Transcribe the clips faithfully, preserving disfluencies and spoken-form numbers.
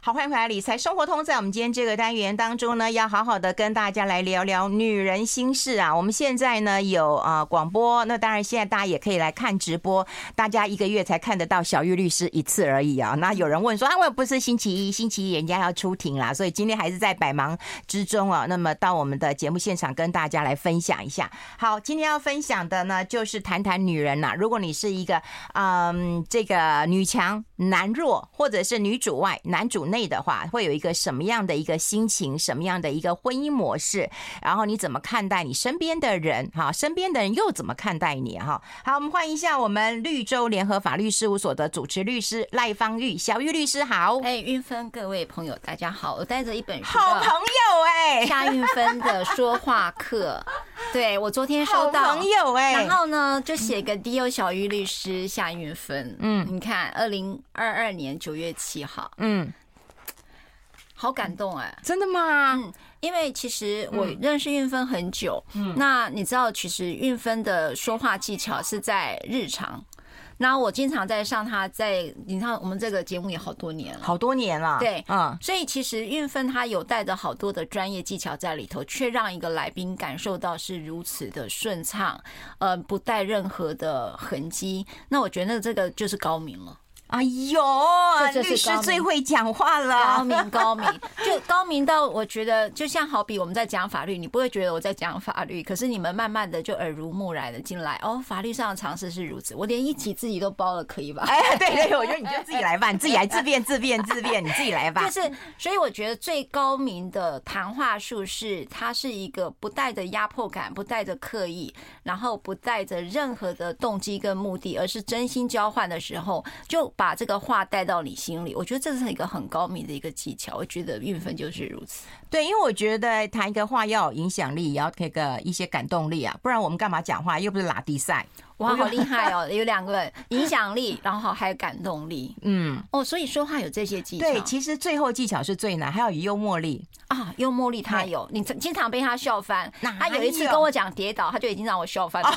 好，欢迎回来理财生活通。在我们今天这个单元当中呢，要好好的跟大家来聊聊女人心事啊。我们现在呢有呃广播，那当然现在大家也可以来看直播，大家一个月才看得到小玉律师一次而已啊。那有人问说啊，我不是星期一，星期一人家要出庭啦，所以今天还是在百忙之中啊。那么到我们的节目现场跟大家来分享一下。好，今天要分享的呢就是谈谈女人啦。如果你是一个嗯这个女强男弱，或者是女主外男主内的话，会有一个什么样的一个心情，什么样的一个婚姻模式，然后你怎么看待你身边的人，哈，身边的人又怎么看待你哈？好，我们欢迎一下我们绿洲联合法律事务所的主持律师赖芳玉，小玉律师好。 哎，韵芬各位朋友大家好，我带着一本书， 好朋友哎， 夏韵芬的说话课，对我昨天收到， 好朋友哎， 然后呢就写个 D O 小玉律师夏韵芬，嗯，你看二零二二年九月七号，嗯。好感动哎、欸！ 真的吗？ 嗯，因为其实我认识韵芬很久，嗯，那你知道，其实韵芬的说话技巧是在日常。那我经常在上她在，你看我们这个节目也好多年了， 好多年了， 对，嗯，所以其实韵芬她有带着好多的专业技巧在里头，却让一个来宾感受到是如此的顺畅，呃，不带任何的痕迹。那我觉得这个就是高明了。 哎呦，律师最会讲话了， 高明高明，就高明到我觉得，就像好比我们在讲法律，你不会觉得我在讲法律，可是你们慢慢的就耳濡目染的进来，哦，法律上的常识是如此，我连一集自己都包了，可以吧？ 哎，对对，我觉得你就自己来吧，你自己来自辩自辩自辩，你自己来吧。 就是，所以我觉得最高明的谈话术是，它是一个不带着压迫感，不带着刻意，然后不带着任何的动机跟目的，而是真心交换的时候，就把这个话带到你心里，我觉得这是一个很高明的一个技巧。我觉得韵芬就是如此。 对，因为我觉得谈一个话要有影响力，也要给个一些感动力啊，不然我们干嘛讲话？又不是拉迪赛。 哇，好厉害哦！有两个影响力，然后还有感动力。嗯，哦，所以说话有这些技巧。 对，其实最后技巧是最难，还要有幽默力啊，幽默力他有，你经常被他笑翻。他有一次跟我讲跌倒，他就已经让我笑翻了。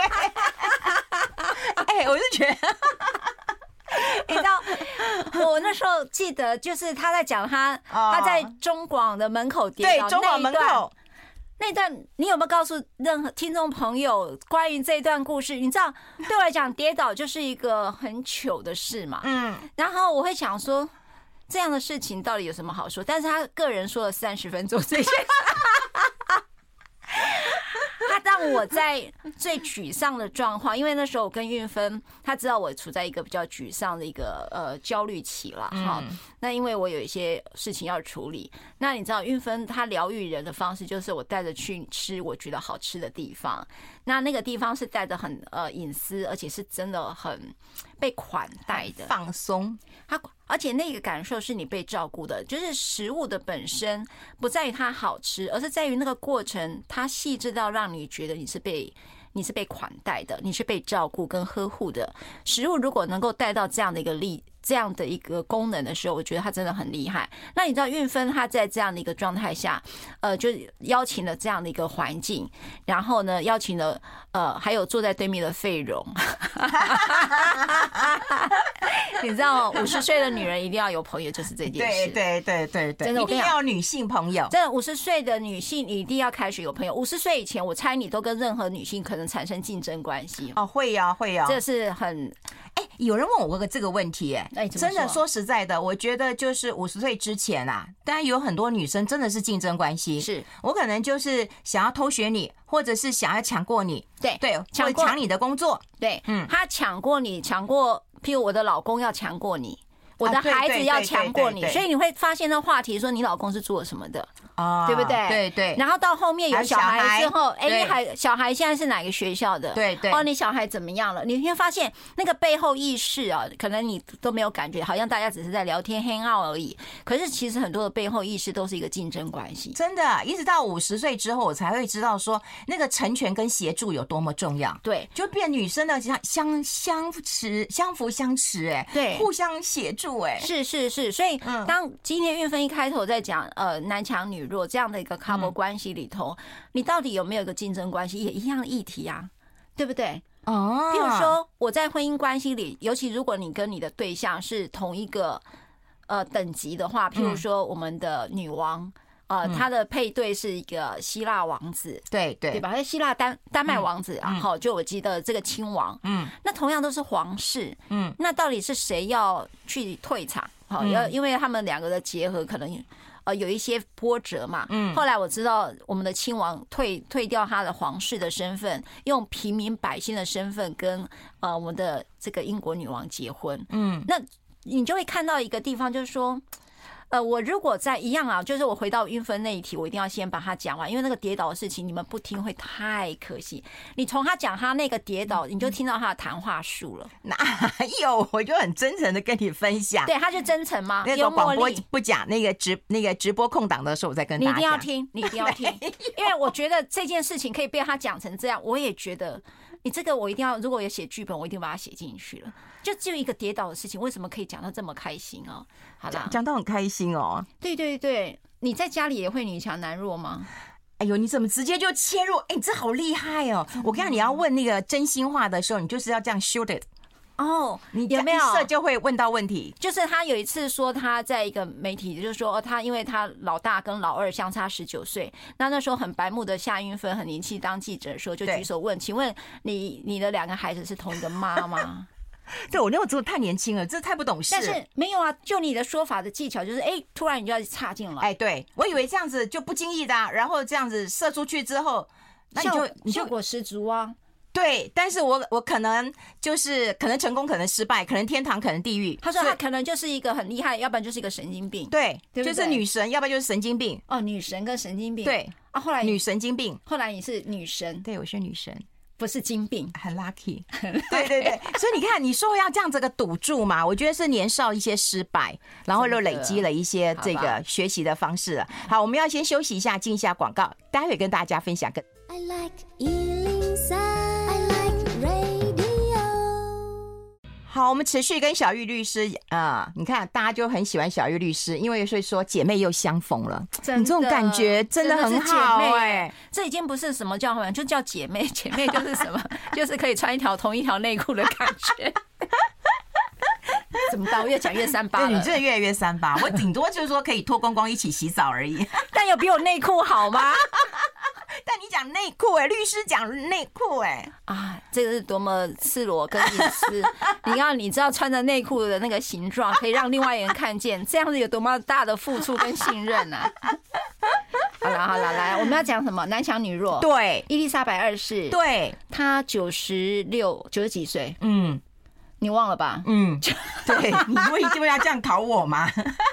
哎，我就觉得。 你知道，我那时候记得，就是他在讲他他在中广的门口跌倒， 对，中广门口那段，你有没有告诉任何听众朋友关于这段故事？你知道，对我来讲，跌倒就是一个很糗的事嘛。嗯，然后我会想说，这样的事情到底有什么好说？但是他个人说了三十分钟这些。他让我在最沮丧的状况，因为那时候我跟韵芬，他知道我处在一个比较沮丧的一个呃焦虑期了哈。那因为我有一些事情要处理，那你知道韵芬她疗愈人的方式就是我带着去吃我觉得好吃的地方，那那个地方是带着很呃隐私，而且是真的很被款待的放松。 他而且那个感受是你被照顾的，就是食物的本身不在于它好吃，而是在于那个过程，它细致到让你觉得你是被你是被款待的，你是被照顾跟呵护的。食物如果能够带到这样的一个力。这样的一个功能的时候，我觉得他真的很厉害。那你知道韵芬他在这样的一个状态下，呃，就邀请了这样的一个环境，然后呢，邀请了呃，还有坐在对面的费荣。你知道，五十岁的女人一定要有朋友，就是这件事。 对对对对对，真的一定要有女性朋友。 真的，五十岁的女性一定要开始有朋友。五十岁以前，我猜你都跟任何女性可能产生竞争关系。 哦，会呀、啊，会呀、啊， 这是很。 哎，有人问我个这个问题、欸， 哎， 真的说实在的，我觉得就是五十岁之前啊，当然有很多女生真的是竞争关系， 是我可能就是想要偷学你，或者是想要抢过你， 对对，或者抢你的工作， 对，嗯，他抢过你，抢过，譬如我的老公要抢过你。我的孩子要强过你，所以你会发现那话题说你老公是做什么的， 啊， 对不对？ 对对。 然后到后面有小孩之后，哎，你孩小孩现在是哪个学校的？ 对对。 哦，你小孩怎么样了？你会发现那个背后意识啊，可能你都没有感觉，好像大家只是在聊天 hang out 而已。可是其实很多的背后意识都是一个竞争关系。 真的，一直到五十岁之后，我才会知道说那个成全跟协助有多么重要。 对， 就变女生的相相相持、相扶相持，哎， 对， 互相协助，哎， 是是。是，所以当今天韵芬一开头在讲呃男强女弱这样的一个 couple 关系里头，你到底有没有一个竞争关系，也一样的议题啊，对不对？哦，譬如说我在婚姻关系里，尤其如果你跟你的对象是同一个呃等级的话，譬如说我们的女王。呃，他的配对是一个希腊王子， 对对对吧？还有希腊丹丹麦王子啊，好，就我记得这个亲王，嗯，那同样都是皇室，嗯，那到底是谁要去退场？好，要因为他们两个的结合可能呃有一些波折嘛，嗯，后来我知道我们的亲王退退掉他的皇室的身份，用平民百姓的身份跟呃我们的这个英国女王结婚，嗯，那你就会看到一个地方，就是说。呃，我如果在一样啊，就是我回到晕分那一题，我一定要先把它讲完，因为那个跌倒的事情你们不听会太可惜。你从他讲他那个跌倒，你就听到他的谈话术了。 哪有？我就很真诚的跟你分享。 对，他就真诚吗？ 那个广播不讲，那个直那个直播空档的时候，我再跟大家讲。 你一定要听，你一定要听，因为我觉得这件事情可以被他讲成这样，我也觉得你这个我一定要，如果有写剧本，我一定把它写进去了。就只有一个跌倒的事情，为什么可以讲到这么开心哦？好啦， 讲到很开心哦。 对对对，你在家里也会女强男弱吗？ 哎呦，你怎么直接就切入？哎，你这好厉害哦！我跟你讲，你要问那个真心话的时候，你就是要这样 shoot it。 哦， 你有没有一射就会问到问题？ 就是他有一次说他在一个媒体，就是说他因为他老大跟老二相差十九岁，那那时候很白目的夏云芬很年轻当记者的时候就举手问，请问你你的两个孩子是同一个妈吗？ 对，我那时候太年轻了，这太不懂事。 但是没有啊，就你的说法的技巧就是，哎，突然你就要插进来。 哎，对，我以为这样子就不经意的、啊，然后这样子射出去之后，那你就你就效果十足啊。 对，但是我我可能就是可能成功，可能失败，可能天堂，可能地狱。 他说他可能就是一个很厉害，要不然就是一个神经病。 对， 对对就是女神，要不然就是神经病。 哦，女神跟神经病。 对啊，后来女神经病， 后来你是女神。 对，我是女神。 不是精病， 很 lucky， 对对对，所以你看，你说要这样子个赌注嘛，我觉得是年少一些失败，然后又累积了一些这个学习的方式了。好，我们要先休息一下，进一下广告，待会跟大家分享个。I like 一零三 I like radio。好，我们持续跟小玉律师啊、呃，你看大家就很喜欢小玉律师，因为所以说姐妹又相逢了，你这种感觉真的很好哎、欸。 这已经不是什么叫就叫姐妹，姐妹就是什么，就是可以穿一条同一条内裤的感觉。怎么办？我越讲越三八了。 对，你真的越来越三八。我顶多就是说可以脱光光一起洗澡而已。 但有比我内裤好吗？ 但你讲内裤哎，律师讲内裤哎， 啊，这个是多么赤裸跟隐私！你要你知道穿着内裤的那个形状，可以让另外一人看见，这样子有多么大的付出跟信任啊！好了好了，来，我们要讲什么？男强女弱。 对， 伊丽莎白二世， 对， 她九十六，九十几岁，嗯，你忘了吧？ 嗯，对，你会一定要这样考我吗？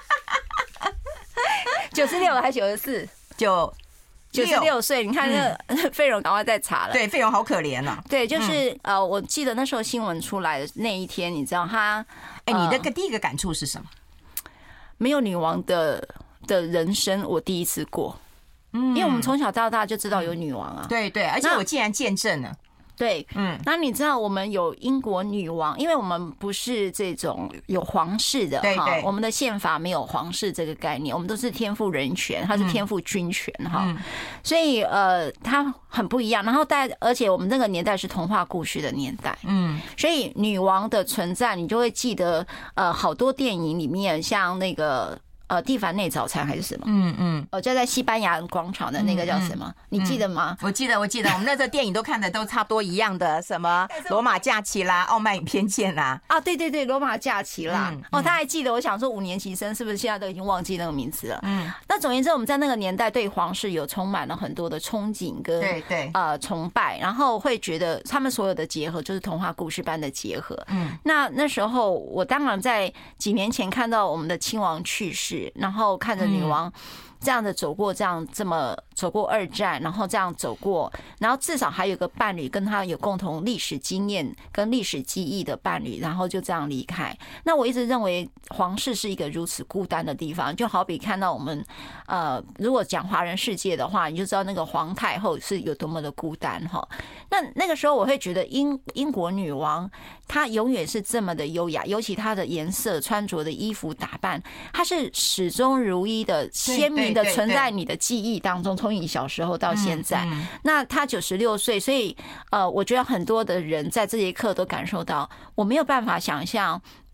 九十六还是九十四？ 九。 九十六岁，你看那个费荣赶快再查了。 对，费荣好可怜啊。 对，就是、嗯、呃，我记得那时候新闻出来的那一天，你知道他， 哎、欸，你的第一个感触是什么？ 没有女王的的人生，我第一次过。嗯，因为我们从小到大就知道有女王啊。 对对，而且我竟然见证了。 对，嗯，那你知道我们有英国女王，因为我们不是这种有皇室的， 对对， 我们的宪法没有皇室这个概念，我们都是天赋人权，它是天赋君权哈、嗯，所以呃，它很不一样。然后在而且我们那个年代是童话故事的年代，嗯，所以女王的存在，你就会记得呃，好多电影里面像那个。呃，蒂凡内早餐还是什么？嗯嗯，哦，就在西班牙广场的那个叫什么？嗯嗯、你记得吗？ 我记得，我记得，我们那时候电影都看的都差不多一样的，什么罗马假期啦、傲慢与偏见啦。 啊，对对对，罗马假期啦。嗯嗯、哦，他还记得。我想说，五年级生是不是现在都已经忘记那个名字了？嗯。那总而言之，我们在那个年代对皇室有充满了很多的憧憬跟对对呃崇拜，然后会觉得他们所有的结合就是童话故事般的结合。嗯。那那时候，我当然在几年前看到我们的亲王去世。然后看着女王这样的走过，这样这么走过二战，然后这样走过，然后至少还有个伴侣跟他有共同历史经验跟历史记忆的伴侣，然后就这样离开。那我一直认为皇室是一个如此孤单的地方，就好比看到我们呃，如果讲华人世界的话，你就知道那个皇太后是有多么的孤单哈。那那个时候我会觉得英英国女王她永远是这么的优雅，尤其她的颜色、穿着的衣服打扮，她是始终如一的鲜明的存在你的记忆当中，从你小时候到现在。那她九十六岁，所以呃，我觉得很多的人在这一刻都感受到，我没有办法想象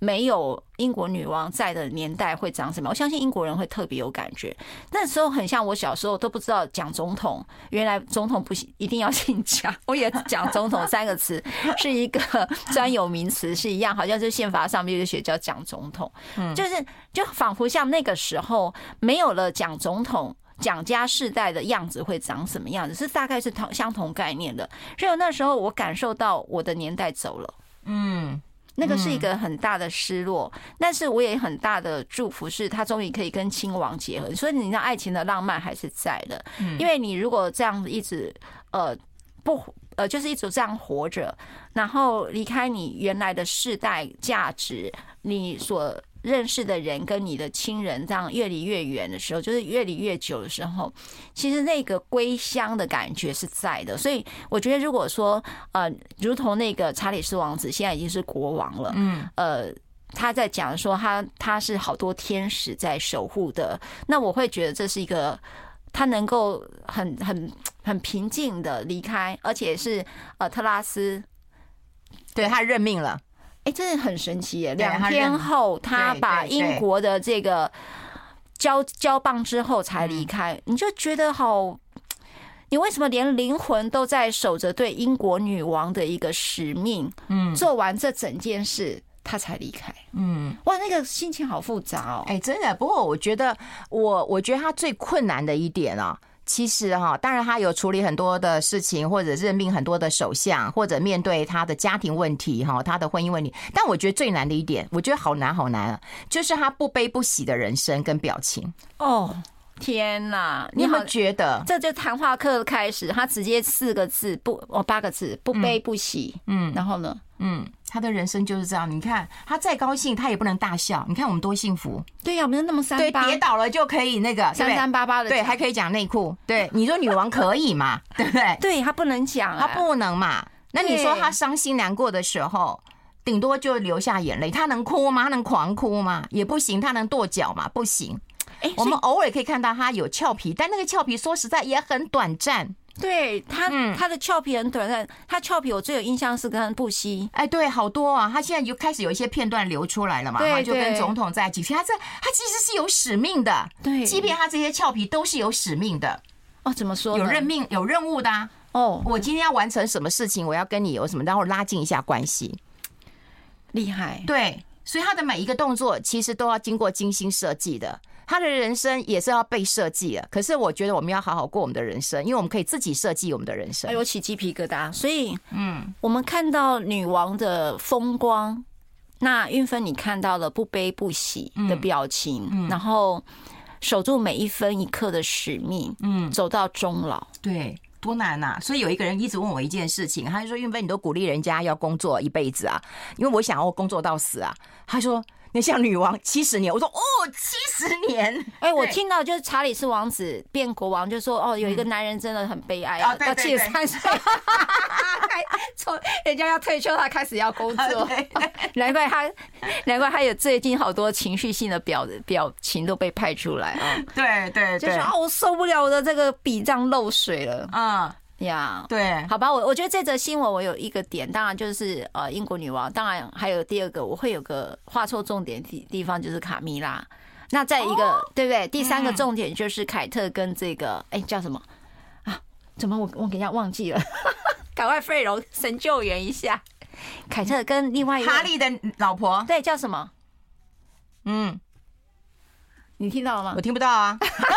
没有英国女王在的年代会长什么样，我相信英国人会特别有感觉。那时候很像我小时候都不知道讲总统，原来总统不一定要姓蒋，我也讲总统三个词是一个专有名词是一样，好像是宪法上面就写叫蒋总统，就是就仿佛像那个时候没有了蒋总统。蒋家世代的样子会长什么样子，是大概是同相同概念的。所以那时候我感受到我的年代走了，嗯，那个是一个很大的失落，但是我也很大的祝福，是他终于可以跟亲王结合。所以你知道，爱情的浪漫还是在的，因为你如果这样子一直呃不呃就是一直这样活着，然后离开你原来的世代价值，你所认识的人跟你的亲人这样越离越远的时候，就是越离越久的时候，其实那个归乡的感觉是在的。所以我觉得，如果说呃，如同那个查理斯王子现在已经是国王了，嗯，呃，他在讲说他他是好多天使在守护的，那我会觉得这是一个他能够很很很平静的离开，而且是呃特拉斯对他任命了。 哎，真的很神奇耶！两天后，他把英国的这个交交棒之后才离开，你就觉得好。你为什么连灵魂都在守着对英国女王的一个使命？嗯，做完这整件事，他才离开。嗯，哇，那个心情好复杂哦。 哎，真的。不过我觉得，我我觉得他最困难的一点啊。其实哈，当然他有处理很多的事情，或者任命很多的首相，或者面对他的家庭问题哈，他的婚姻问题。但我觉得最难的一点，我觉得好难好难啊，就是他不悲不喜的人生跟表情。 哦，天哪！ 你有没有觉得这就谈话课开始，他直接四个字不哦八个字不悲不喜，嗯，然后呢， 嗯。他的人生就是这样，你看他再高兴，他也不能大笑。你看我们多幸福， 对呀、啊，我们那么三八， 对，跌倒了就可以那个三三八八的， 对，还可以讲内裤。对，你说女王可以嘛？对不对？ 对他不能讲、 啊，他不能嘛？那你说他伤心难过的时候，顶多就流下眼泪，他能哭吗？他能狂哭吗？也不行，他能跺脚吗？不行。哎，我们偶尔可以看到他有俏皮，但那个俏皮说实在也很短暂。 对他，他的俏皮很短暂。他俏皮我最有印象是跟布希， 哎，对，好多啊。他现在就开始有一些片段流出来了嘛， 对， 就跟总统在一起。他这他其实是有使命的， 对， 即便他这些俏皮都是有使命的。 哦，怎么说？ 有任命、有任务的啊。哦，我今天要完成什么事情，我要跟你有什么，然后拉近一下关系。 厉害， 对，所以他的每一个动作其实都要经过精心设计的。他的人生也是要被设计的，可是我觉得我们要好好过我们的人生，因为我们可以自己设计我们的人生。 哎，我起鸡皮疙瘩。所以，嗯，我们看到女王的风光，那韵芬你看到了不悲不喜的表情，嗯嗯、然后守住每一分一刻的使命，嗯，走到终老， 对。多难啊！所以有一个人一直问我一件事情，他就说：“韵芬，你都鼓励人家要工作一辈子啊，因为我想要工作到死啊。”他说：“你像女王七十年。”我说：“哦，七十年。” 哎，我听到就是查理斯王子变国王，就说：“哦，有一个男人真的很悲哀啊，到七十三岁，从人家要退休，他开始要工作。难怪他，难怪他有最近好多情绪性的表表情都被拍出来啊。 对对， 就说啊，我受不了我的这个笔账漏水了。”嗯呀， yeah, 对， 好吧，我我觉得这则新闻我有一个点，当然就是呃英国女王，当然还有第二个，我会有个画错重点的地方就是卡米拉，那再一个、哦、对不对？第三个重点就是凯特跟这个哎、嗯、叫什么啊？怎么我我给人家忘记了？赶快费荣神救援一下，凯特跟另外一个哈利的老婆， 对，叫什么？嗯，你听到了吗？ 我听不到啊。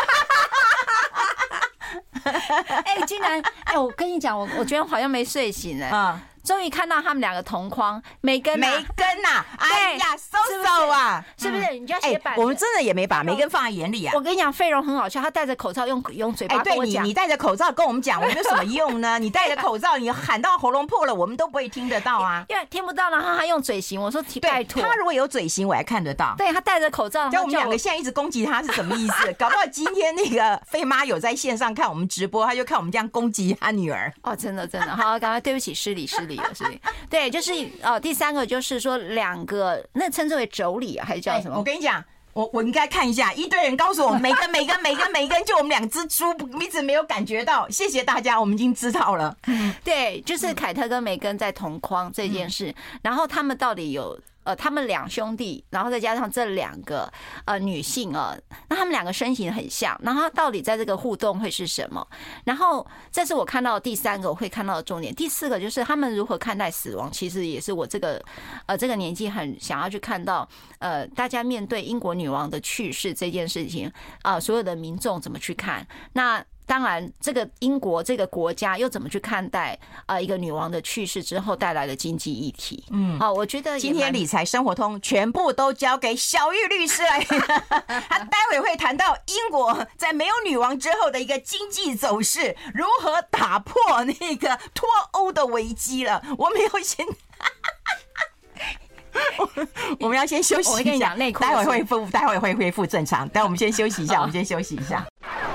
哎、欸，竟然哎、欸，我跟你讲，我我觉得好像没睡醒哎、欸。嗯。终于看到他们两个同框，梅根、啊， 梅根呐、啊，哎呀，收手啊， 是不是？你就要写板、 欸。我们真的也没把梅根放在眼里啊。 我跟你讲，费荣很好笑，他戴着口罩用用嘴巴跟我讲、 欸。对你，你戴着口罩跟我们讲，我们有什么用呢？你戴着口罩，你喊到喉咙破了，我们都不会听得到啊。 因为听不到，然后他用嘴型，我说拜托。 他如果有嘴型，我还看得到。 对他戴着口罩， 但我们两个现在一直攻击他是什么意思？搞不好今天那个费妈有在线上看我们直播，他就看我们这样攻击他女儿。 哦，真的真的，好，赶快对不起，失礼失礼了，失礼。对，就是哦，第三个就是说两个，那称之为妯娌啊，还是叫什么？ 我跟你讲，我我应该看一下，一堆人告诉我梅根梅根梅根梅根，就我们两只猪一直没有感觉到。谢谢大家，我们已经知道了。 对，就是凯特跟梅根在同框这件事，然后他们到底有呃，他们两兄弟，然后再加上这两个呃女性啊，那他们两个身形很像，然后到底在这个互动会是什么？然后这是我看到的第三个我会看到的重点。第四个就是他们如何看待死亡，其实也是我这个呃这个年纪很想要去看到，呃，大家面对英国女王的去世这件事情啊、呃，所有的民众怎么去看？那当然，这个英国这个国家又怎么去看待呃一个女王的去世之后带来的经济议题？嗯，好、哦，我觉得今天理财生活通全部都交给小玉律师来，他待会会谈到英国在没有女王之后的一个经济走势，如何打破那个脱欧的危机了。我们要先。我们要先休息一下， 我跟你讲，内裤待会会恢复，待会会恢复正常。但我们先休息一下，我们先休息一下。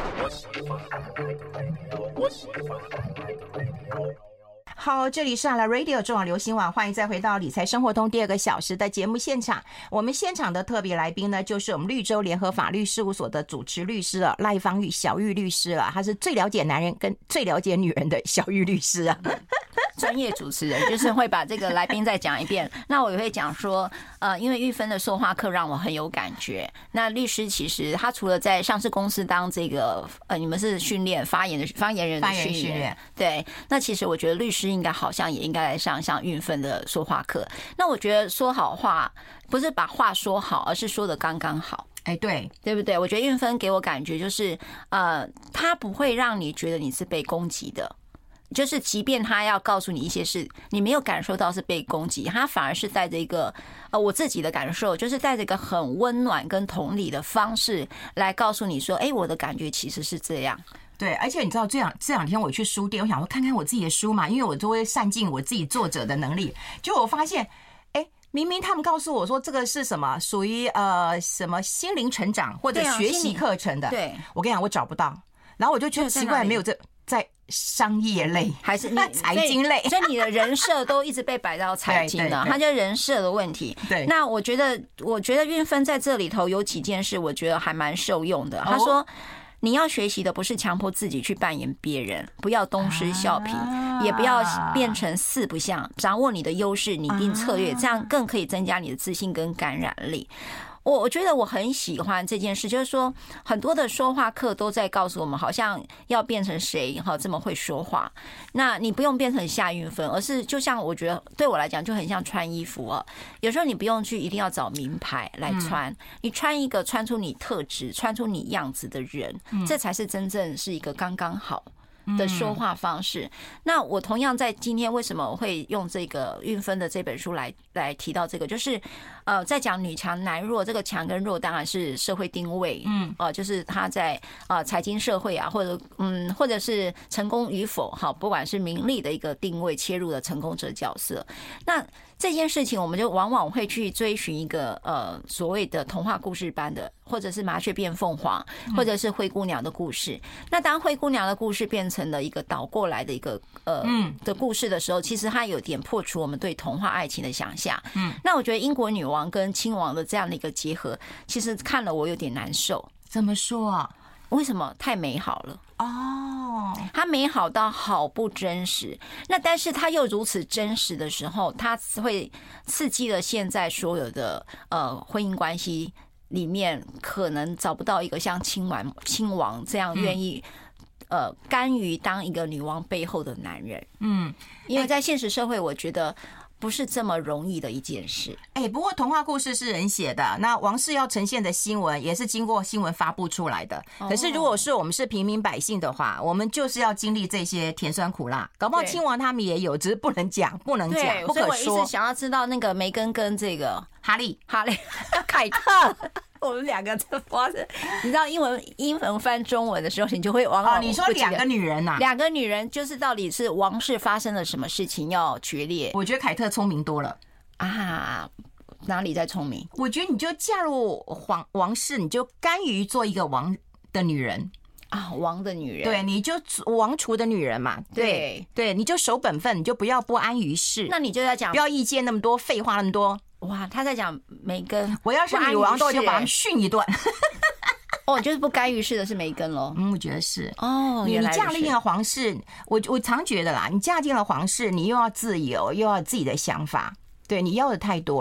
好，这里是阿拉 Radio 中网流行网，欢迎再回到理财生活通第二个小时的节目现场。我们现场的特别来宾呢，就是我们绿洲联合法律事务所的主持律师了，赖芳玉小玉律师了，他是最了解男人跟最了解女人的小玉律师啊。 专业主持人就是会把这个来宾再讲一遍，那我也会讲说，呃，因为玉芬的说话课让我很有感觉。那律师其实他除了在上市公司当这个呃，你们是训练发言的发言人的训练，对，那其实我觉得律师应该好像也应该来上像玉芬的说话课。那我觉得说好话不是把话说好，而是说的刚刚好。 哎，对， 对不对？我觉得运芬给我感觉就是，呃，他不会让你觉得你是被攻击的。就是即便他要告诉你一些事，你没有感受到是被攻击，他反而是带着一个呃我自己的感受，就是带着一个很温暖跟同理的方式来告诉你说，哎，我的感觉其实是这样。 对，而且你知道这两这两天我去书店，我想说看看我自己的书嘛，因为我都会善尽我自己作者的能力，结果我发现，哎，明明他们告诉我说这个是什么，属于呃什么心灵成长或者学习课程的， 对， 我跟你讲，我找不到，然后我就觉得奇怪，没有这在。商业类还是财经类， 所以你的人设都一直被摆到财经了，它就是人设的问题。 对， 那我觉得，我觉得运芬在这里头有几件事，我觉得还蛮受用的。他说，你要学习的不是强迫自己去扮演别人，不要东施效颦，啊、也不要变成四不像，掌握你的优势，拟定策略，这样更可以增加你的自信跟感染力。我我觉得我很喜欢这件事，就是说很多的说话课都在告诉我们，好像要变成谁哈这么会说话。那你不用变成夏运芬，而是就像我觉得对我来讲就很像穿衣服啊。有时候你不用去一定要找名牌来穿，你穿一个穿出你特质、穿出你样子的人，这才是真正是一个刚刚好的说话方式。那我同样在今天为什么我会用这个运芬的这本书来来提到这个，就是呃，在讲女强男弱，这个强跟弱当然是社会定位，嗯，呃，就是他在呃财经社会啊，或者嗯，或者是成功与否，好，不管是名利的一个定位切入的成功者角色。那这件事情，我们就往往会去追寻一个呃所谓的童话故事般的，或者是麻雀变凤凰，或者是灰姑娘的故事。那当灰姑娘的故事变成了一个倒过来的一个呃的故事的时候，其实它有点破除我们对童话爱情的想象。嗯，那我觉得英国女王跟亲王的这样的一个结合，其实看了我有点难受。 怎么说啊？ 为什么？太美好了哦， 它美好到好不真实。那但是它又如此真实的时候，它会刺激了现在所有的呃婚姻关系里面，可能找不到一个像亲王亲王这样愿意、嗯、呃甘于当一个女王背后的男人。嗯，因为在现实社会，我觉得不是这么容易的一件事。 哎、欸，不过童话故事是人写的，那王室要呈现的新闻也是经过新闻发布出来的。可是如果是我们是平民百姓的话，我们就是要经历这些甜酸苦辣。搞不好亲王他们也有，只是不能讲，不能讲，不可说。 所以我一直想要知道那个梅根跟这个哈利、 哈利、凯特。我们两个这发生，你知道英文英文翻中文的时候，你就会往往、 哦、你说两个女人呐、啊， 两个女人就是到底是王室发生了什么事情要决裂？ 我觉得凯特聪明多了啊，哪里在聪明？ 我觉得你就嫁入皇王室，你就甘于做一个王的女人啊，王的女人， 对，你就王储的女人嘛，对对, 对，你就守本分，你就不要不安于世， 那你就要讲不要意见那么多，废话那么多。 哇，他在讲梅根， 我要是女王的，我就把他们训一顿。 哦，就是不甘于世的是梅根咯。 嗯，我觉得是。 哦， 你你嫁进了皇室，我我常觉得啦，你嫁进了皇室，你又要自由，又要自己的想法，对，你要的太多了。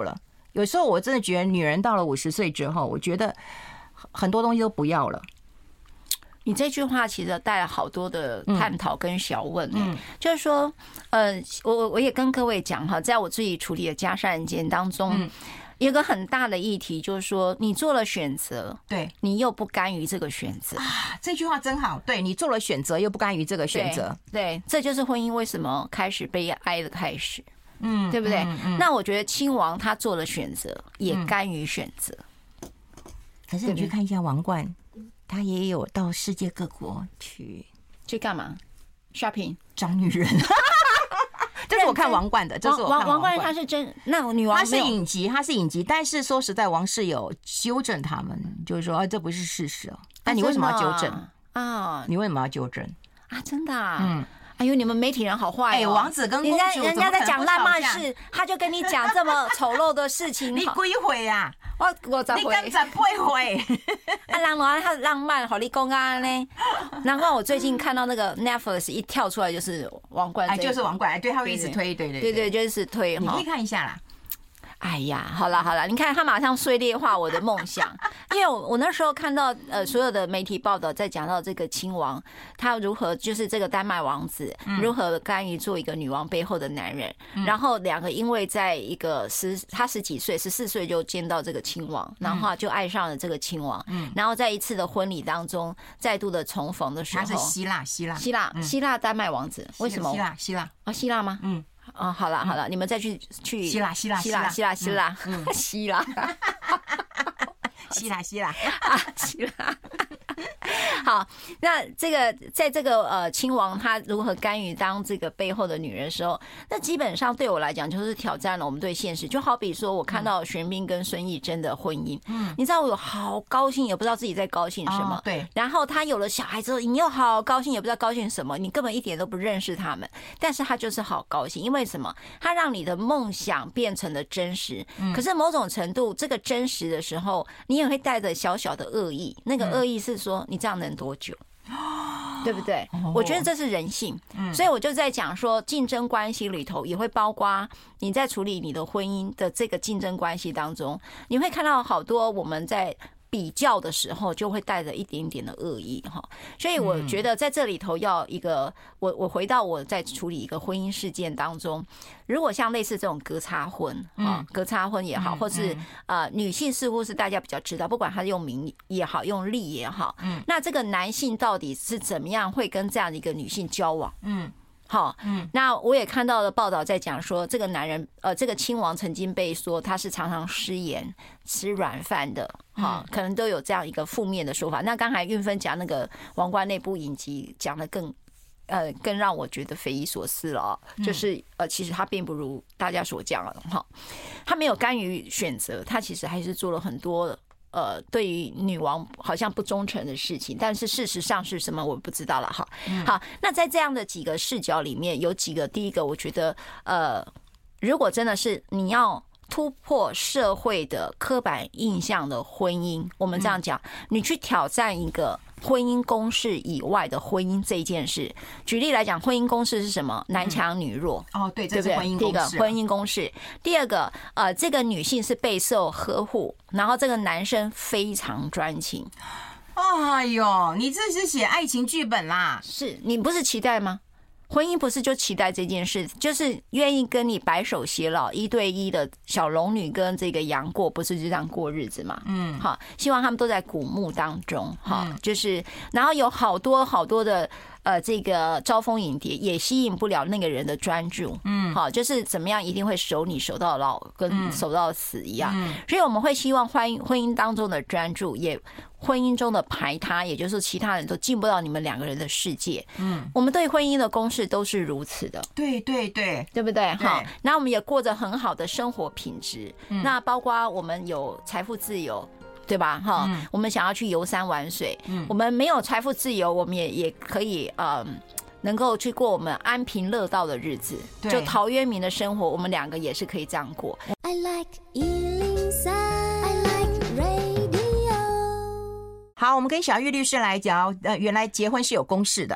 有时候我真的觉得女人到了五十岁之后，我觉得很多东西都不要了。 你这句话其实带了好多的探讨跟小问、欸，嗯，就是说，呃，我我也跟各位讲哈，在我自己处理的家事案件当中，嗯，有个很大的议题就是说，你做了选择， 对， 你又不甘于这个选择啊，这句话真好，对你做了选择又不甘于这个选择， 对，对，这就是婚姻为什么开始悲哀的开始，嗯，对不对？嗯嗯、那我觉得亲王他做了选择，也甘于选择、 嗯，可是你去看一下王冠。他也有到世界各国去去干嘛 ？shopping 找女人。这是我看王冠的，这是我看王冠，他是真那女王， 他是影集，他是影集，但是说实在，王室有纠正他们，就是说、啊、这不是事实哦。那你为什么要纠正啊？你为什么要纠正啊？真的啊？嗯。哎呦，你们媒体人好坏哦！ 哎，王子跟公主人家人家在讲浪漫事，他就跟你讲这么丑陋的事情。 你几回呀？ 我我十回， 你刚十八回。 啊，人话他浪漫，和你讲啊呢。难怪我最近看到那个 Netflix 一跳出来就是王冠， 哎，就是王冠，对，他会一直推，对对对对，就是推。 你可以看一下啦。 哎呀，好了好了，你看他马上碎裂化我的梦想，因为我我那时候看到呃所有的媒体报道在讲到这个亲王他如何就是这个丹麦王子如何甘于做一个女王背后的男人，然后两个因为在一个十他十几岁十四岁就见到这个亲王，然后就爱上了这个亲王，然后在一次的婚礼当中再度的重逢的时候， 他是希腊希腊希腊希腊丹麦王子，为什么希腊希腊啊希腊吗？嗯。哦，好了好了，你们再去去希腊希腊希腊希腊希腊希腊希腊希腊啊希腊。好，那这个在这个呃亲王他如何甘于当这个背后的女人的时候，那基本上对我来讲就是挑战了我们对现实。就好比说我看到玄彬跟孙艺珍的婚姻，嗯，你知道我有好高兴，也不知道自己在高兴什么。 哦、对。 然后他有了小孩之后，你又好高兴，也不知道高兴什么，你根本一点都不认识他们，但是他就是好高兴，因为什么？他让你的梦想变成了真实。嗯、可是某种程度，这个真实的时候，你也会带着小小的恶意。那个恶意是说，你这样能多久？对不对？我觉得这是人性，所以我就在讲说，竞争关系里头也会包括你在处理你的婚姻的这个竞争关系当中，你会看到好多我们在比较的时候就会带着一点点的恶意哈，所以我觉得在这里头要一个，我我回到我在处理一个婚姻事件当中，如果像类似这种隔差婚啊，隔差婚也好，或是呃女性似乎是大家比较知道，不管他用名也好，用利也好，嗯，那这个男性到底是怎么样会跟这样的一个女性交往？嗯。好，嗯，那我也看到了报道在讲说，这个男人，呃，这个亲王曾经被说他是常常失言、吃软饭的，哈，可能都有这样一个负面的说法。那刚才运芬讲那个王冠内部影集讲的更，呃，更让我觉得匪夷所思了啊，就是呃，其实他并不如大家所讲了，哈，他没有甘于选择，他其实还是做了很多。呃，对于女王好像不忠诚的事情，但是事实上是什么我不知道了哈。好，那在这样的几个视角里面，有几个，第一个，我觉得，呃，如果真的是你要突破社会的刻板印象的婚姻，我们这样讲，你去挑战一个婚姻公式以外的婚姻这一件事。举例来讲，婚姻公式是什么？男强女弱。 哦，对，这是婚姻公式。 第一个婚姻公式，第二个，呃，这个女性是备受呵护，然后这个男生非常专情。 哎呦，你这是写爱情剧本啦？ 是你不是期待吗？婚姻不是就期待这件事，就是愿意跟你白首偕老，一对一的小龙女跟这个杨过，不是就这样过日子嘛？嗯，好，希望他们都在古墓当中，哈，就是然后有好多好多的呃，这个招蜂引蝶，也吸引不了那个人的专注，嗯，好，就是怎么样一定会守你守到老，跟守到死一样，所以我们会希望婚姻婚姻当中的专注也。婚姻中的排他，也就是其他人都进不到你们两个人的世界。嗯，我们对婚姻的公式都是如此的。 对对对， 对不对？好，那我们也过着很好的生活品质。嗯、那包括我们有财富自由，对吧？哈、嗯，我们想要去游山玩水。嗯，我们没有财富自由，我们也也可以呃。能够去过我们安平乐道的日子，就陶渊明的生活，我们两个也是可以这样过。I like 一零三 I like radio。 好，我们跟小玉律师来讲，呃，原来结婚是有公式的。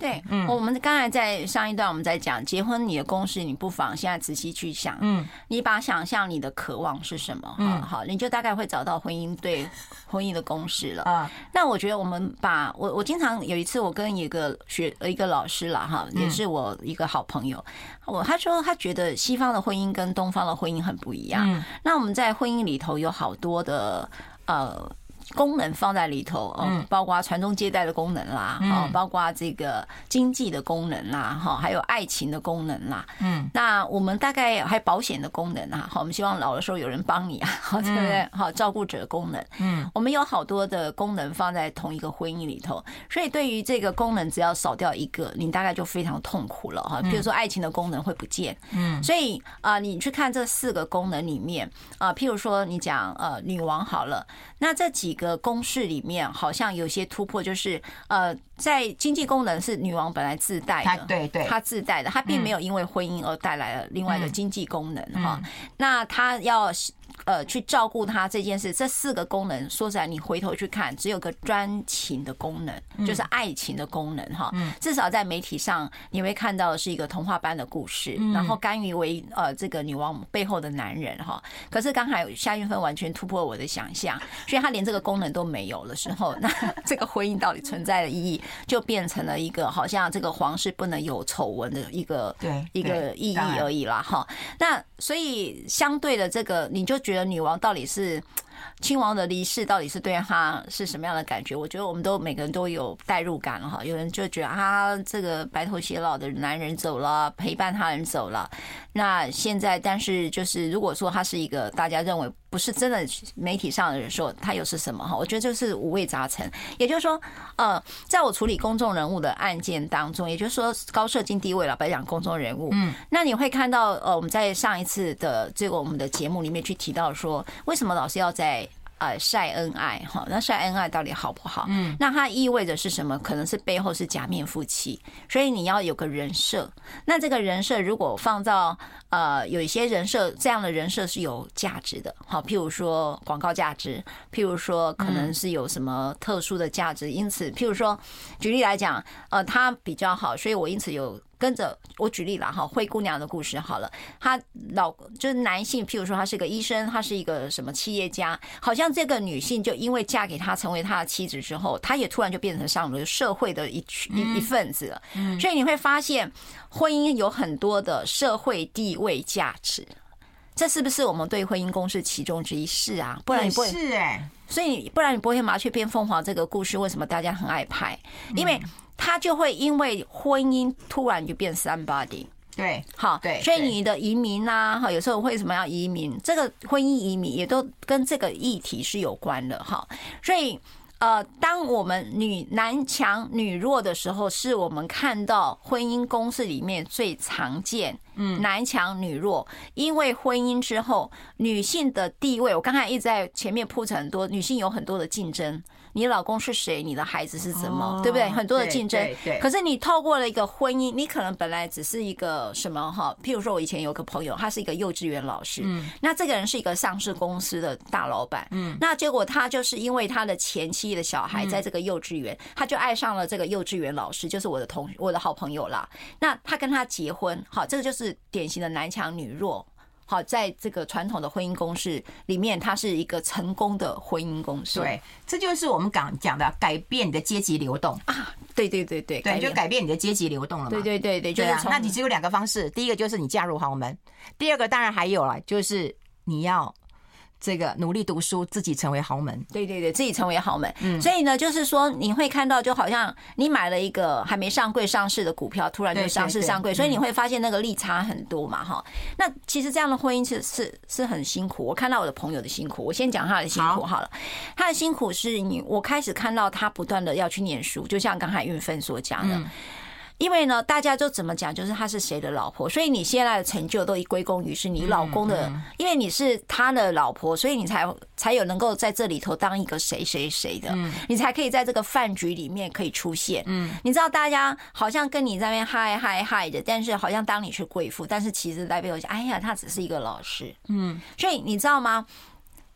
对，嗯，我们刚才在上一段我们在讲结婚你的公式，你不妨现在仔细去想，嗯，你把想象你的渴望是什么，嗯，好，你就大概会找到婚姻对婚姻的公式了啊。那我觉得我们把我我经常有一次我跟一个学一个老师啦哈，也是我一个好朋友，我他说他觉得西方的婚姻跟东方的婚姻很不一样，嗯，那我们在婚姻里头有好多的呃。功能放在里头，嗯，包括传宗接代的功能啦，哈，包括这个经济的功能啦，哈，还有爱情的功能啦，嗯，那我们大概还有保险的功能啊，好，我们希望老的时候有人帮你啊，好，对不对？好，照顾者功能，嗯，我们有好多的功能放在同一个婚姻里头，所以对于这个功能，只要少掉一个，你大概就非常痛苦了哈。比如说爱情的功能会不见，嗯，所以啊，你去看这四个功能里面啊，譬如说你讲呃女王好了，那这几个。个公式里面好像有些突破，就是呃，在经济功能是女王本来自带的， 对对， 她自带的，她并没有因为婚姻而带来了另外一个经济功能哈。那她要呃去照顾她这件事，这四个功能说实在，你回头去看，只有个专情的功能，就是爱情的功能哈。至少在媒体上你会看到的是一个童话般的故事，然后甘于为呃这个女王背后的男人哈。可是刚才夏运芬完全突破我的想象，所以她连这个功能都没有的时候，那这个婚姻到底存在的意义，就变成了一个好像这个皇室不能有丑闻的一个一个意义而已啦哈。那所以相对的这个，你就觉得女王到底是亲王的离世到底是对他是什么样的感觉？我觉得我们都每个人都有代入感了哈。有人就觉得啊，这个白头偕老的男人走了，陪伴他人走了。那现在，但是就是如果说他是一个大家认为不是真的媒体上的人说他又是什么哈？我觉得就是五味杂陈。也就是说，呃，在我处理公众人物的案件当中，也就是说高社经地位了，不要讲公众人物，嗯，那你会看到呃，我们在上一次的这个我们的节目里面去提到说，为什么老是要在呃，晒恩爱哈，那晒恩爱到底好不好？嗯，那它意味着是什么？可能是背后是假面夫妻，所以你要有个人设。那这个人设如果放到呃，有一些人设，这样的人设是有价值的，好，譬如说广告价值，譬如说可能是有什么特殊的价值，因此，譬如说举例来讲，呃，他比较好，所以我因此有。跟着我举例了哈，灰姑娘的故事好了，她老就是男性，譬如说他是个医生，他是一个什么企业家，好像这个女性就因为嫁给他成为他的妻子之后，她也突然就变成上了社会的一一一份子了。所以你会发现，婚姻有很多的社会地位价值，这是不是我们对婚姻公式其中之一？是啊，不然你不会是哎， 所以不然你不会麻雀变凤凰这个故事，为什么大家很爱拍？因为他就会因为婚姻突然就变 somebody， 对， 好， 对， 所以你的移民啊，哈，有时候为什么要移民？这个婚姻移民也都跟这个议题是有关的，哈，所以。呃，当我们女男强女弱的时候，是我们看到婚姻公式里面最常见，嗯，男强女弱。因为婚姻之后，女性的地位，我刚才一直在前面铺陈很多，女性有很多的竞争。你老公是谁？你的孩子是什么？对不对？很多的竞争。可是你透过了一个婚姻，你可能本来只是一个什么哈？譬如说，我以前有个朋友，他是一个幼稚园老师，嗯，那这个人是一个上市公司的大老板，嗯，那结果他就是因为他的前妻的小孩在这个幼稚园，他就爱上了这个幼稚园老师，就是我的同我的好朋友啦。那他跟他结婚，好，这个就是典型的男强女弱。好，在这个传统的婚姻公式里面，它是一个成功的婚姻公式。 对，这就是我们讲讲的改变你的阶级流动啊！对对对对， 对，就改变你的阶级流动了嘛。 对对对对，就是啊。那你只有两个方式，第一个就是你嫁入豪门，第二个当然还有了，就是你要。这个努力读书，自己成为豪门。 对对对，自己成为豪门。嗯，所以呢，就是说你会看到，就好像你买了一个还没上柜上市的股票，突然就上市上柜，所以你会发现那个利差很多嘛，哈。那其实这样的婚姻是是是很辛苦。我看到我的朋友的辛苦，我先讲他的辛苦好了。他的辛苦是你，我开始看到他不断的要去念书，就像刚才运芬所讲的。因为呢，大家就怎么讲，就是她是谁的老婆，所以你现在的成就都归功于是你老公的，因为你是他的老婆，所以你才才有能够在这里头当一个谁谁谁的，你才可以在这个饭局里面可以出现。嗯，你知道大家好像跟你在那边嗨嗨嗨的，但是好像当你是贵妇，但是其实在背后讲，哎呀，他只是一个老师。嗯，所以你知道吗？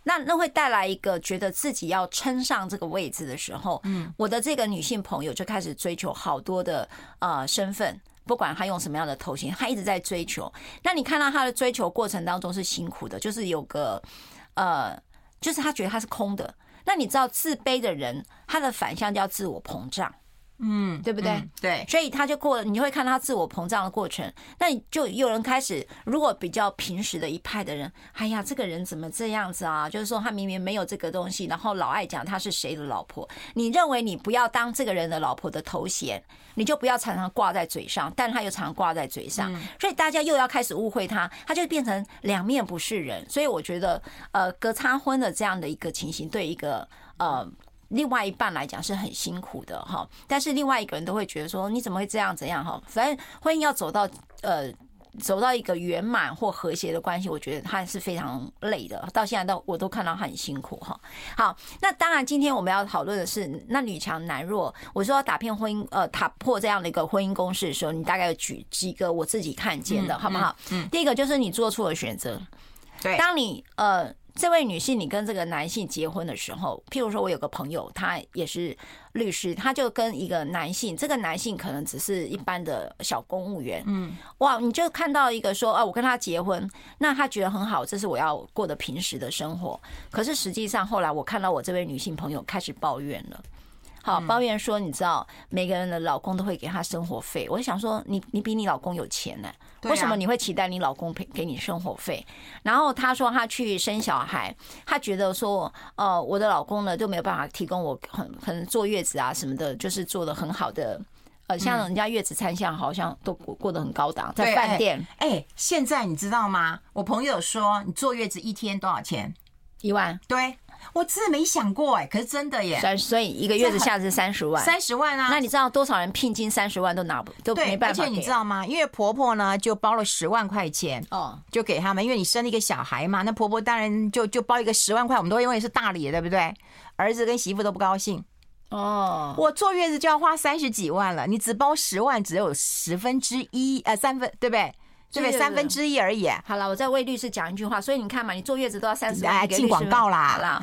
那那会带来一个觉得自己要撑上这个位置的时候，嗯，我的这个女性朋友就开始追求好多的呃身份。不管他用什么样的头衔，他一直在追求。那你看到他的追求过程当中是辛苦的，就是有个呃，就是他觉得他是空的。那你知道自卑的人，他的反向叫自我膨胀。嗯，对不对？ 嗯、对， 所以他就过了，你会看他自我膨胀的过程。那你就有人开始，如果比较平时的一派的人，哎呀，这个人怎么这样子啊？就是说他明明没有这个东西，然后老爱讲他是谁的老婆。你认为你不要当这个人的老婆的头衔，你就不要常常挂在嘴上，但他又常常挂在嘴上，所以大家又要开始误会他，他就变成两面不是人。所以我觉得，呃，隔差婚的这样的一个情形，对一个呃。另外一半来讲是很辛苦的哈，但是另外一个人都会觉得说你怎么会这样怎样哈，反正婚姻要走到呃走到一个圆满或和谐的关系，我觉得他是非常累的，到现在都我都看到他很辛苦哈。好，那当然今天我们要讨论的是那女强男弱，我说要打破婚姻呃打破这样的一个婚姻公式的时候，你大概有举几个我自己看见的好不好？嗯，第一个就是你做错了选择， 对， 当你呃。这位女性，你跟这个男性结婚的时候，譬如说，我有个朋友，他也是律师，他就跟一个男性，这个男性可能只是一般的小公务员，嗯，哇，你就看到一个说，啊，我跟他结婚，那他觉得很好，这是我要过的平时的生活。可是实际上，后来我看到我这位女性朋友开始抱怨了。好，抱怨说，你知道每个人的老公都会给他生活费，我就想说，你你比你老公有钱呢、欸，为什么你会期待你老公给给你生活费？然后他说他去生小孩，他觉得说，呃，我的老公呢就没有办法提供我很可能坐月子啊什么的，就是做的很好的。呃，像人家月子餐项好像都过得很高档，在饭店。 哎、欸欸，现在你知道吗？我朋友说，你坐月子一天多少钱？ 一万。 对。我真的没想过哎、欸，可是真的耶！ 所以一个月子下是三十万， 三十万啊！ 那你知道多少人聘金三十万都拿不都没办法？ 而且你知道吗？因为婆婆呢就包了十万块钱哦，就给他们，因为你生了一个小孩嘛，那婆婆当然就就包一个十万块，我们都认为是大礼，对不对？儿子跟媳妇都不高兴哦。我坐月子就要花三十几万了，你只包十万，只有十分之一呃三分，对不对？对不对？三分之一而已。 好了，我再为律师讲一句话，所以你看嘛，你坐月子都要三十万， 哎，进广告啦。 好啦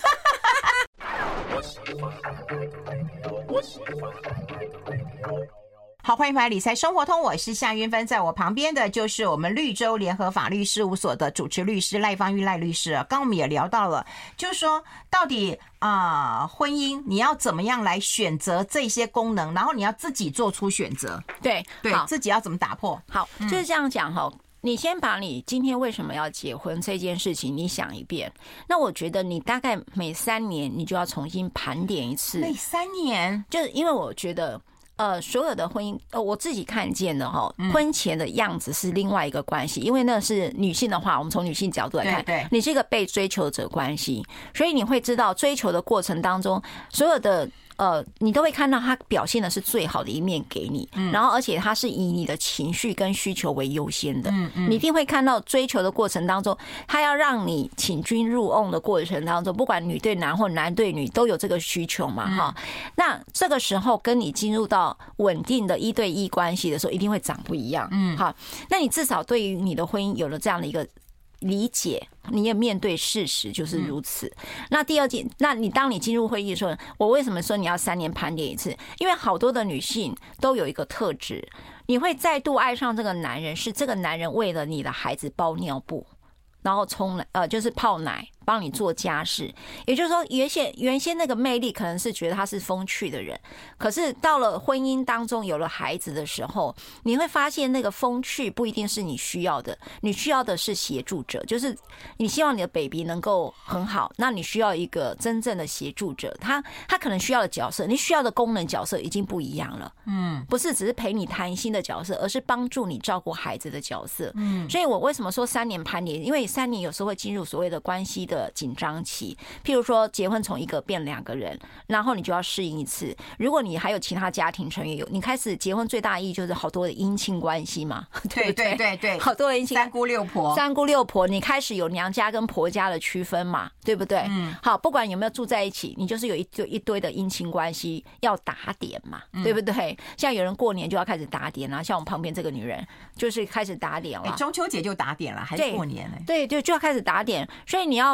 好，欢迎回来理财生活通，我是夏云芬，在我旁边的就是我们绿洲联合法律事务所的主持律师赖芳玉赖律师。刚刚我们也聊到了，就是说到底啊、呃，婚姻你要怎么样来选择这些功能，然后你要自己做出选择， 对对，自己要怎么打破？ 好，就是这样讲哈。你先把你今天为什么要结婚这件事情你想一遍，那我觉得你大概每三年你就要重新盘点一次。 每三年， 就是因为我觉得呃，所有的婚姻，呃，我自己看见的哈，婚前的样子是另外一个关系，因为那是女性的话，我们从女性角度来看， 对对， 你是一个被追求者关系，所以你会知道追求的过程当中，所有的。呃，你都会看到他表现的是最好的一面给你，嗯、然后而且他是以你的情绪跟需求为优先的，嗯嗯，你一定会看到追求的过程当中，他要让你请君入瓮的过程当中，不管女对男或男对女都有这个需求嘛，哈、嗯，那这个时候跟你进入到稳定的一对一关系的时候，一定会长不一样，嗯，好，那你至少对于你的婚姻有了这样的一个理解，你也面对事实就是如此。嗯、那第二件，那你当你进入会议的时候，我为什么说你要三年盘点一次？因为好多的女性都有一个特质，你会再度爱上这个男人，是这个男人为了你的孩子包尿布，然后冲奶，呃，就是泡奶，帮你做家事。也就是说，原先原先那个魅力可能是觉得他是风趣的人，可是到了婚姻当中有了孩子的时候，你会发现那个风趣不一定是你需要的，你需要的是协助者，就是你希望你的 baby 能够很好，那你需要一个真正的协助者，他他可能需要的角色，你需要的功能角色已经不一样了，嗯，不是只是陪你谈心的角色，而是帮助你照顾孩子的角色，嗯，所以我为什么说三年盘点？因为三年有时候会进入所谓的关系的紧张期，譬如说结婚从一个变两个人，然后你就要适应一次。如果你还有其他家庭成员有，你开始结婚最大意义就是好多的姻亲关系嘛，对不对？ 对对对， 好多的姻亲， 三姑六婆， 三姑六婆，你开始有娘家跟婆家的区分嘛，对不对？嗯，好，不管有没有住在一起，你就是有一堆一堆的姻亲关系要打点嘛，对不对？像有人过年就要开始打点啊，像我们旁边这个女人就是开始打点了， 中秋节就打点了，还是过年呢？ 对对，就要开始打点。所以你要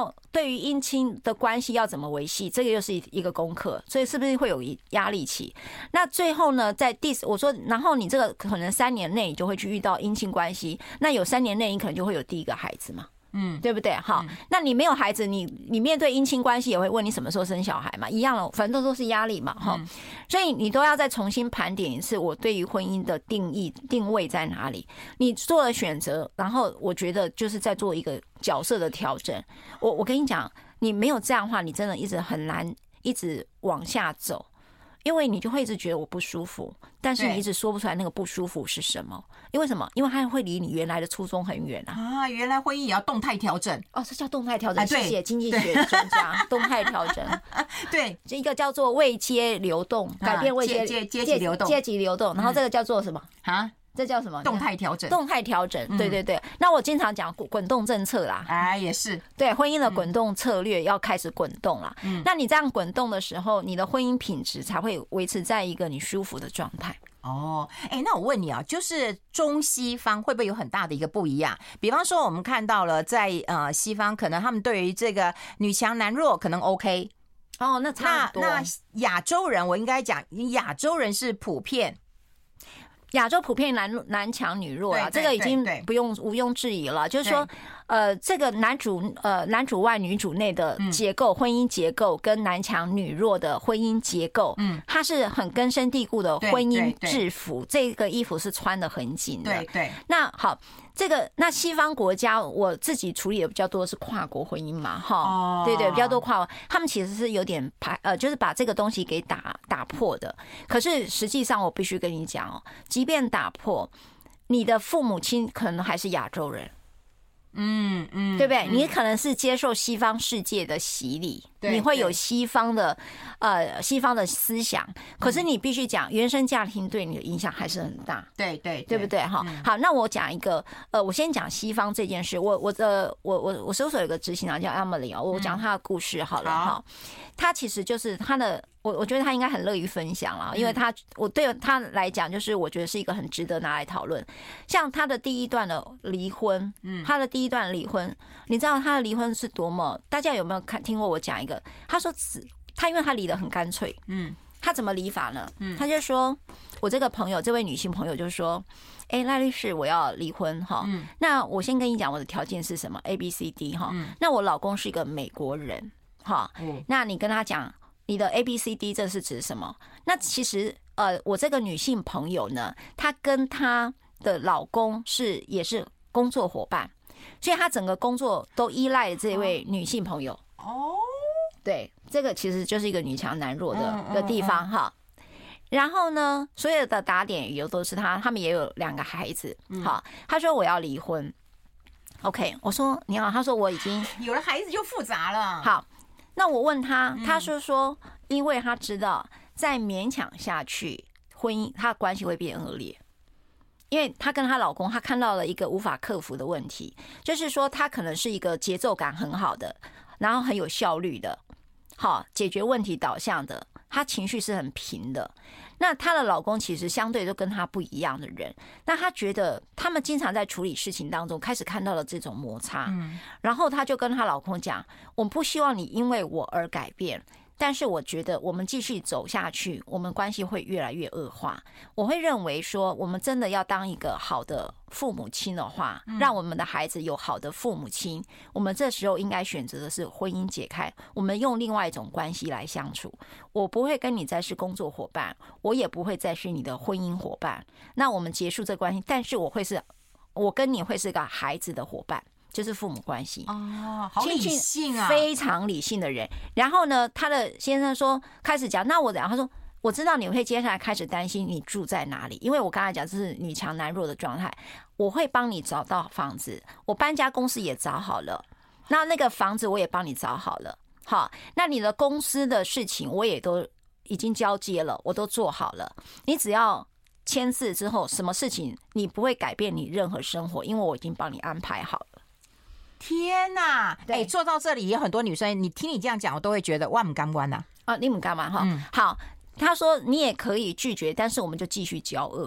后对于姻亲的关系要怎么维系，这个又是一个功课，所以是不是会有压力期？那最后呢，在第我说，然后你这个可能三年内你就会去遇到姻亲关系，那有三年内你可能就会有第一个孩子嘛。嗯，对不对？好，嗯、那你没有孩子，你你面对姻亲关系也会问你什么时候生小孩嘛，一样了，反正都是压力嘛，哈、嗯。所以你都要再重新盘点一次，我对于婚姻的定义定位在哪里？你做了选择，然后我觉得就是在做一个角色的调整。我我跟你讲，你没有这样的话，你真的一直很难一直往下走。因为你就会一直觉得我不舒服，但是你一直说不出来那个不舒服是什么。因为什么？因为它会离你原来的初衷很远啊！ 啊，原来婚姻也要动态调整哦，这叫动态调整。谢谢经济学专家，动态调整。 对， 这一个叫做位阶流动，改变位阶阶阶级流动， 阶级流动。然后这个叫做什么啊？ 这叫什么？ 动态调整。 动态调整，对对对。那我经常讲滚动政策啦， 哎，也是对婚姻的滚动策略要开始滚动啦。嗯，那你这样滚动的时候，你的婚姻品质才会维持在一个你舒服的状态。 哦，哎，那我问你啊，就是中西方会不会有很大的一个不一样？比方说，我们看到了在呃西方，可能他们对于这个女强男弱可能 OK。 哦，那差很多。 那那亚洲人，我应该讲，亚洲人是普遍。 亚洲普遍男男强女弱啊，这个已经不用毋庸置疑了。就是说，呃，这个男主呃男主外女主内的结构，嗯、婚姻结构跟男强女弱的婚姻结构，嗯，它是很根深蒂固的婚姻制服，这个衣服是穿得很紧的。 对对。 那好。这个那西方国家，我自己处理的比较多是跨国婚姻嘛，哈，哦、对对，比较多跨国，他们其实是有点排呃，就是把这个东西给打打破的。可是实际上，我必须跟你讲哦，即便打破，你的父母亲可能还是亚洲人。嗯嗯，对不对？你可能是接受西方世界的洗礼，你会有西方的呃西方的思想，可是你必须讲原生家庭对你的影响还是很大， 对对， 对不对？哈，好，那我讲一个呃，我先讲西方这件事。我我的我我我事务所有个执行长叫 Emily 哦，我讲他的故事好了哈。他其实就是他的。我我觉得他应该很乐于分享啦，因为他我对他来讲，就是我觉得是一个很值得拿来讨论。像他的第一段的离婚，嗯，他的第一段离婚，你知道他的离婚是多么？大家有没有看听过我讲一个？他说只他因为他离得很干脆，嗯，他怎么离法呢？嗯，他就说我这个朋友，这位女性朋友就说，哎、欸，赖律师，我要离婚哈，嗯，那我先跟你讲我的条件是什么 A B C D 哈，嗯，那我老公是一个美国人哈，嗯，那你跟他讲。你的 A B C D 这是指什么？那其实呃，我这个女性朋友呢，她跟她的老公是也是工作伙伴，所以她整个工作都依赖这位女性朋友。哦，对，这个其实就是一个女强男弱的的地方哈。然后呢，所有的打点理由都是她，他们也有两个孩子。好，她说我要离婚。OK， 我说你好，她说我已经有了孩子就复杂了。 好。那我问他，他说说，因为他知道再勉强下去，婚姻他的关系会变恶劣。因为她跟她老公，她看到了一个无法克服的问题，就是说他可能是一个节奏感很好的，然后很有效率的，好解决问题导向的，她情绪是很平的。那她的老公其实相对都跟她不一样的人，那她觉得他们经常在处理事情当中开始看到了这种摩擦，嗯，然后她就跟她老公讲，我不希望你因为我而改变，但是我觉得我们继续走下去，我们关系会越来越恶化。我会认为说，我们真的要当一个好的父母亲的话，让我们的孩子有好的父母亲，我们这时候应该选择的是婚姻解开，我们用另外一种关系来相处。我不会跟你再是工作伙伴，我也不会再是你的婚姻伙伴，那我们结束这关系，但是我会是我跟你会是个孩子的伙伴，就是父母关系。 哦，好理性啊， 非常理性的人。然后呢，他的先生说开始讲，那我怎样？他说我知道你会接下来开始担心你住在哪里，因为我刚才讲这是女强男弱的状态，我会帮你找到房子，我搬家公司也找好了，那那个房子我也帮你找好了。好，那你的公司的事情我也都已经交接了，我都做好了，你只要签字之后，什么事情你不会改变你任何生活，因为我已经帮你安排好了。 天哪！哎、欸，做到这里，有很多女生，你听你这样讲，我都会觉得哇，唔甘关呐。 啊，你唔甘嘛哈？嗯，好，他说你也可以拒绝，但是我们就继续交恶。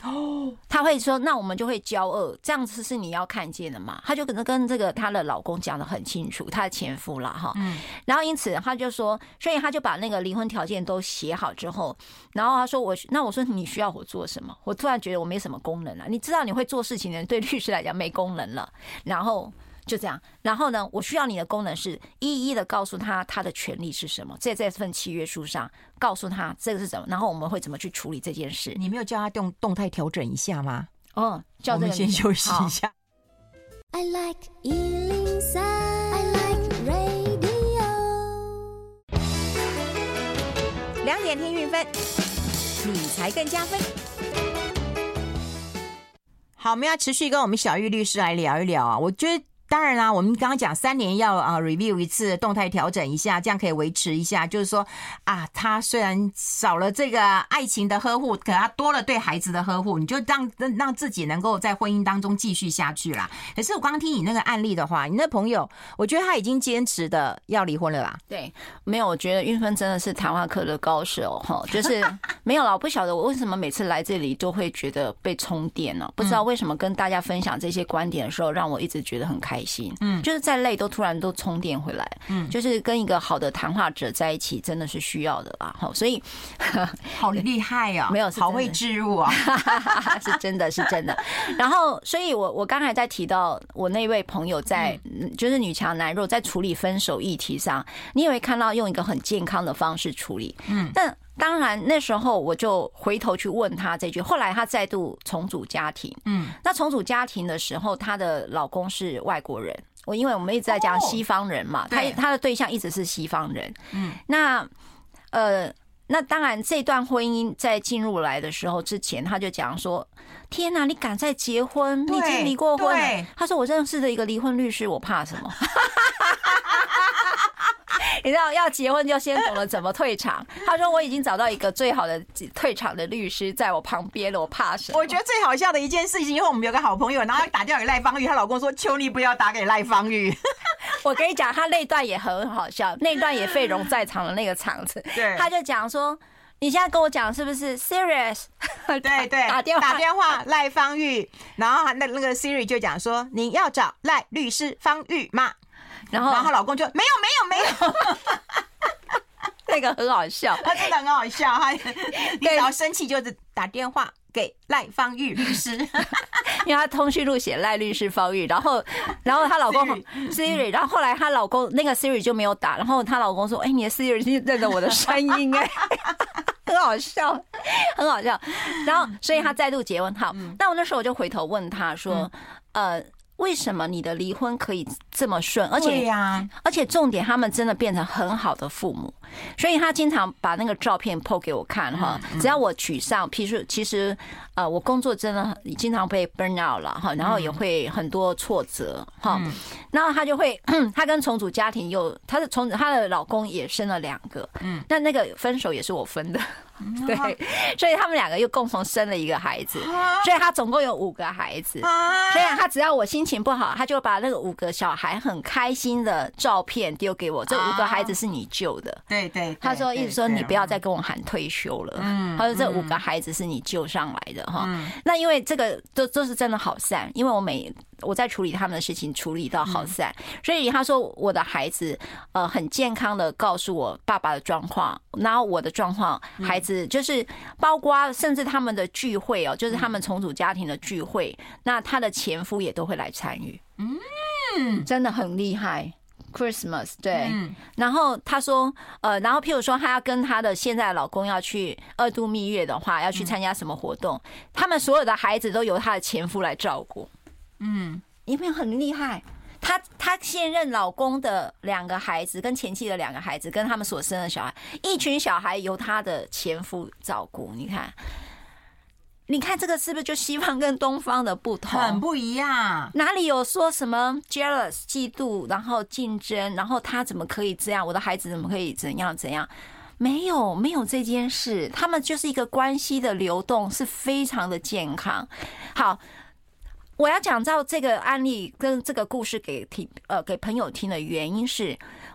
哦，他会说，那我们就会交恶，这样子是你要看见的嘛？他就可能跟这个她的老公讲得很清楚，她的前夫啦哈。嗯，然后因此他就说，所以他就把那个离婚条件都写好之后，然后他说我，那我说你需要我做什么？我突然觉得我没什么功能了。你知道你会做事情的人，对律师来讲没功能了。然后。就这样，然后呢，我需要你的功能是一一的告诉他他的权利是什么，在这份契约书上告诉他这个是什么，然后我们会怎么去处理这件事。 你没有叫他动动态调整一下吗？ 哦，叫这个我们先休息一下。 I like 一零三 I like radio。 两点听运分，理财更加分。好，我们要持续跟我们小玉律师来聊一聊啊。我觉得当然啦，我们刚刚讲三年要啊 review 一次，动态调整一下，这样可以维持一下。就是说啊，他虽然少了这个爱情的呵护，可他多了对孩子的呵护，你就让让自己能够在婚姻当中继续下去啦。可是我刚刚听你那个案例的话，你那朋友，我觉得他已经坚持的要离婚了啦。 对，没有，我觉得运芬真的是谈话课的高手哈，就是没有啦，我不晓得我为什么每次来这里都会觉得被充电呢、喔？不知道为什么跟大家分享这些观点的时候，让我一直觉得很开心。嗯，就是再累都突然都充电回来。嗯，就是跟一个好的谈话者在一起，真的是需要的啦。所以好厉害啊、哦！ 没有， 好会置入啊， 是真的是真的。然后，所以我我刚才在提到我那位朋友在，就是女强男弱在处理分手议题上，你也会看到用一个很健康的方式处理。嗯，但当然那时候我就回头去问他这句，后来他再度重组家庭。嗯，那重组家庭的时候，她的老公是外国人。我因为我们一直在讲西方人嘛，他他的对象一直是西方人。嗯，那呃。那当然，这段婚姻在进入来的时候之前，他就讲说：“天哪，你敢再结婚？你已经离过婚了。”他说：“我认识的一个离婚律师，我怕什么？”你知道，要结婚就先懂得怎么退场。他说：“我已经找到一个最好的退场的律师在我旁边了，我怕什么？” 我觉得最好笑的一件事情，因为我们有个好朋友，然后打电话给赖芳玉，她老公说：“求你不要打给赖芳玉。” 我跟你讲，他那段也很好笑，那段也费荣在场的那个场子， 对， 他就讲说：“你现在跟我讲是不是 serious？” 对对，打电话打电话赖芳玉，然后那那个 Siri 就讲说：“你要找赖律师芳玉吗？”然后然后老公就没有没有没有， 那个很好笑， 他真的很好笑，他你只要生气就是打电话给赖芳玉律师， 因为他通讯录写赖律师芳玉，然后然后她老公 Siri， 然后后来她老公那个 Siri 就没有打，然后她老公说：“哎、欸，你的 Siri 认得我的声音哎、欸。”很好笑，很好笑。然后，所以他再度结婚。好，那我那时候我就回头问他说：“呃。”为什么你的离婚可以这么顺？而且，而且重点，他们真的变成很好的父母。所以他经常把那个照片 po 给我看哈。只要我沮丧，譬如其实呃，我工作真的经常被 burn out 了哈，然后也会很多挫折哈。然后他就会，他跟重组家庭又，他的重他的老公也生了两个，嗯，那那个分手也是我分的。对，所以他们两个又共同生了一个孩子，所以他总共有五个孩子。所以他只要我心情不好，他就把那个五个小孩很开心的照片丢给我。这五个孩子是你救的， 对对。 他说意思说你不要再跟我喊退休了。嗯，他说这五个孩子是你救上来的哈。那因为这个都都是真的好散，因为我每我在处理他们的事情，处理到好散，所以他说我的孩子呃很健康的告诉我爸爸的状况，然后我的状况，孩子就是包括甚至他们的聚会哦，就是他们重组家庭的聚会，那他的前夫也都会来参与，嗯，真的很厉害。Christmas 对，嗯、然后他说，呃，然后譬如说，他要跟他的现在的老公要去二度蜜月的话，要去参加什么活动，嗯、他们所有的孩子都由他的前夫来照顾，嗯，有没有很厉害？他他现任老公的两个孩子跟前妻的两个孩子跟他们所生的小孩，一群小孩由他的前夫照顾，你看。你看这个是不是就西方跟东方的不同？ 很不一样。 哪里有说什么 jealous 嫉妒，然后竞争，然后他怎么可以这样？我的孩子怎么可以怎样怎样？没有，没有这件事。他们就是一个关系的流动，是非常的健康。好，我要讲到这个案例跟这个故事给听呃给朋友听的原因是，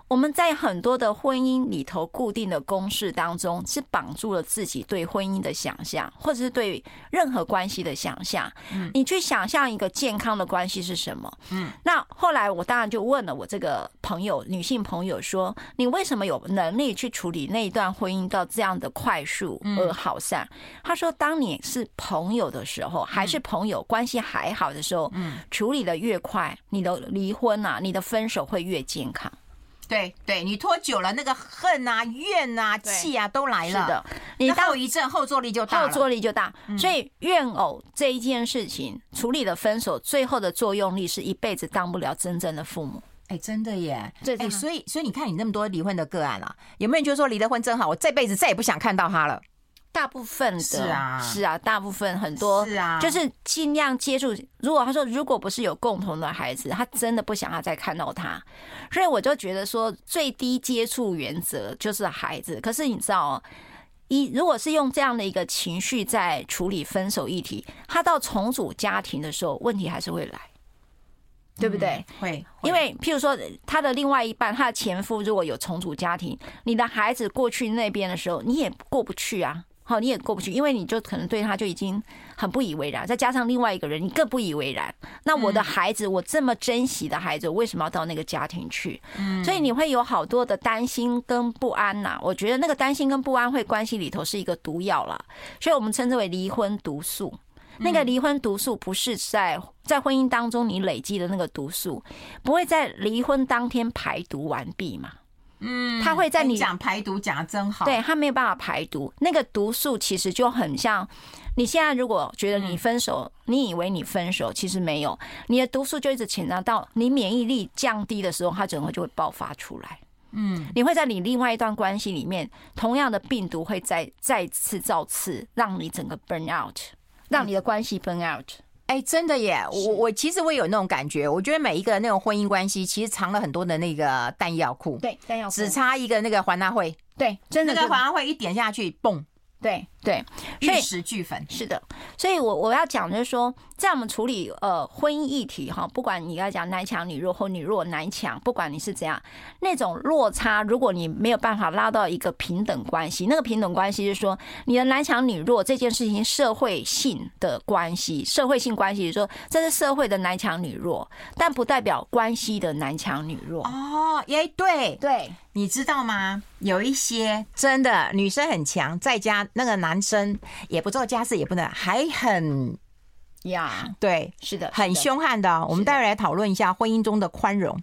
我们在很多的婚姻里头固定的公式当中，是绑住了自己对婚姻的想象，或者是对任何关系的想象。嗯，你去想象一个健康的关系是什么？嗯，那后来我当然就问了我这个朋友，女性朋友说，你为什么有能力去处理那一段婚姻到这样的快速而好散？他说，当你是朋友的时候，还是朋友关系还好的时候，嗯，处理的越快，你的离婚啊，你的分手会越健康。 对对，你拖久了，那个恨啊、怨啊、气啊都来了。 是的，你后遗症、后坐力就大了， 后坐力就大。嗯、所以怨偶这一件事情处理的分手，最后的作用力是一辈子当不了真正的父母。 哎，真的耶！哎，所以所以你看，你那么多离婚的个案啊，有没有人就说离了婚真好，我这辈子再也不想看到他了？ 大部分的是啊， 是啊，大部分很多是啊， 就是尽量接触。如果他说如果不是有共同的孩子，他真的不想要再看到他。所以我就觉得说，最低接触原则就是孩子。可是你知道，一如果是用这样的一个情绪在处理分手议题，他到重组家庭的时候，问题还是会来。对不对？ 嗯、会， 因为譬如说，他的另外一半，他的前夫如果有重组家庭，你的孩子过去那边的时候，你也过不去啊。好，你也过不去，因为你就可能对他就已经很不以为然，再加上另外一个人，你更不以为然。那我的孩子，我这么珍惜的孩子，我为什么要到那个家庭去？嗯，所以你会有好多的担心跟不安呐、啊。我觉得那个担心跟不安会关系里头是一个毒药啦，所以我们称之为离婚毒素。那个离婚毒素不是在在婚姻当中你累积的那个毒素，不会在离婚当天排毒完毕嘛？ 嗯， 他会在你讲排毒讲得真好， 对他没有办法排毒，那个毒素其实就很像你现在如果觉得你分手，嗯、你以为你分手，其实没有，你的毒素就一直潜藏到你免疫力降低的时候，它整个就会爆发出来。嗯，你会在你另外一段关系里面，同样的病毒会再再次造次，让你整个 burn out， 让你的关系 burn out。 哎，真的耶！我我其实我有那种感觉，我觉得每一个那种婚姻关系，其实藏了很多的那个弹药库。 对，弹药库只差一个那个环纳会。 对，真的那个环纳会一点下去，蹦。 对对， 玉石俱焚。 是的，所以我我要讲就是说，在我们处理呃婚姻议题哈，不管你要讲男强女弱或女弱男强，不管你是怎样，那种落差，如果你没有办法拉到一个平等关系，那个平等关系是说，你的男强女弱这件事情社会性的关系，社会性关系是说这是社会的男强女弱，但不代表关系的男强女弱。 哦，耶，对对。 你知道吗？有一些真的女生很强，在家那个男生也不做家事，也不能，还很呀， yeah, 对， 是的， 很凶悍的。我们待会来讨论一下婚姻中的宽容。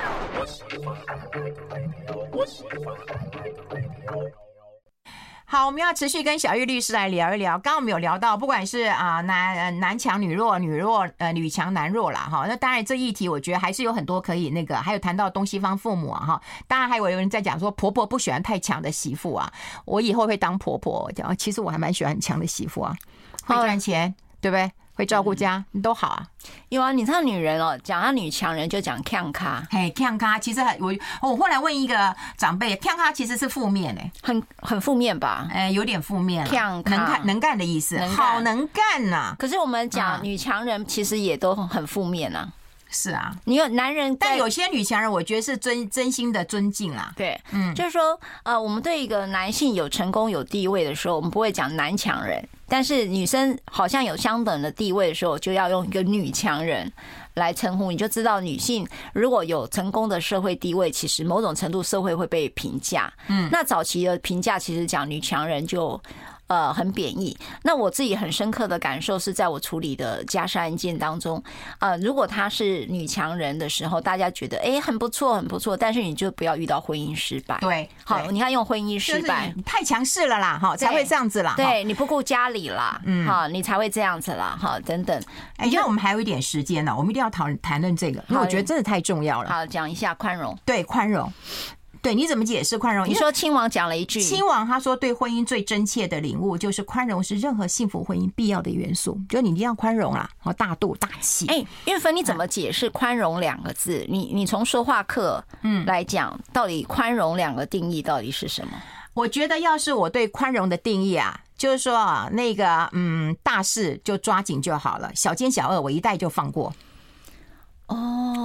好，我们要持续跟小玉律师来聊一聊。刚刚我们有聊到，不管是啊男男强女弱，女弱呃女强男弱啦哈。那当然这议题我觉得还是有很多可以那个，还有谈到东西方父母啊哈。当然还有人在讲说婆婆不喜欢太强的媳妇啊，我以后会当婆婆。讲其实我还蛮喜欢很强的媳妇啊，会赚钱，对不对？会照顾家，嗯、都好啊。 有啊，你知道女人哦，讲她女强人就讲强咖， 嘿，强咖其实我我后来问一个长辈，强咖其实是负面哎、欸， 很很负面吧？ 哎、欸，有点负面， 强能干能干的意思， 能好能干呐、啊。 可是我们讲女强人，其实也都很负面啊。 是啊， 你有男人， 但有些女强人，我觉得是真真心的尊敬啦。 对，嗯，就是说，呃，我们对一个男性有成功有地位的时候，我们不会讲男强人，但是女生好像有相等的地位的时候，就要用一个女强人来称呼，你就知道女性如果有成功的社会地位，其实某种程度社会会被评价。嗯，那早期的评价其实讲女强人就。呃，很贬义。那我自己很深刻的感受是在我处理的家事案件当中，呃，如果她是女强人的时候，大家觉得哎、欸、很不错，很不错，但是你就不要遇到婚姻失败。 对， 好，你看用婚姻失败， 就是、太强势了啦，哈，才会这样子啦。 对，你不顾家里啦，嗯，好，你才会这样子啦，哈，等等。 哎，那我们还有一点时间呢，我们一定要讨谈论这个，因为我觉得真的太重要了。 好，讲一下宽容。 对，宽容。对，你怎么解释宽容？ 你说亲王讲了一句， 亲王他说对婚姻最真切的领悟就是宽容是任何幸福婚姻必要的元素，就你一定要宽容啦，好大度大气。 哎，玉芬，你怎么解释宽容两个字？你你从说话课嗯来讲，到底宽容两个定义到底是什么？ 我觉得要是我对宽容的定义啊，就是说啊，那个嗯大事就抓紧就好了，小奸小恶我一带就放过。 哦，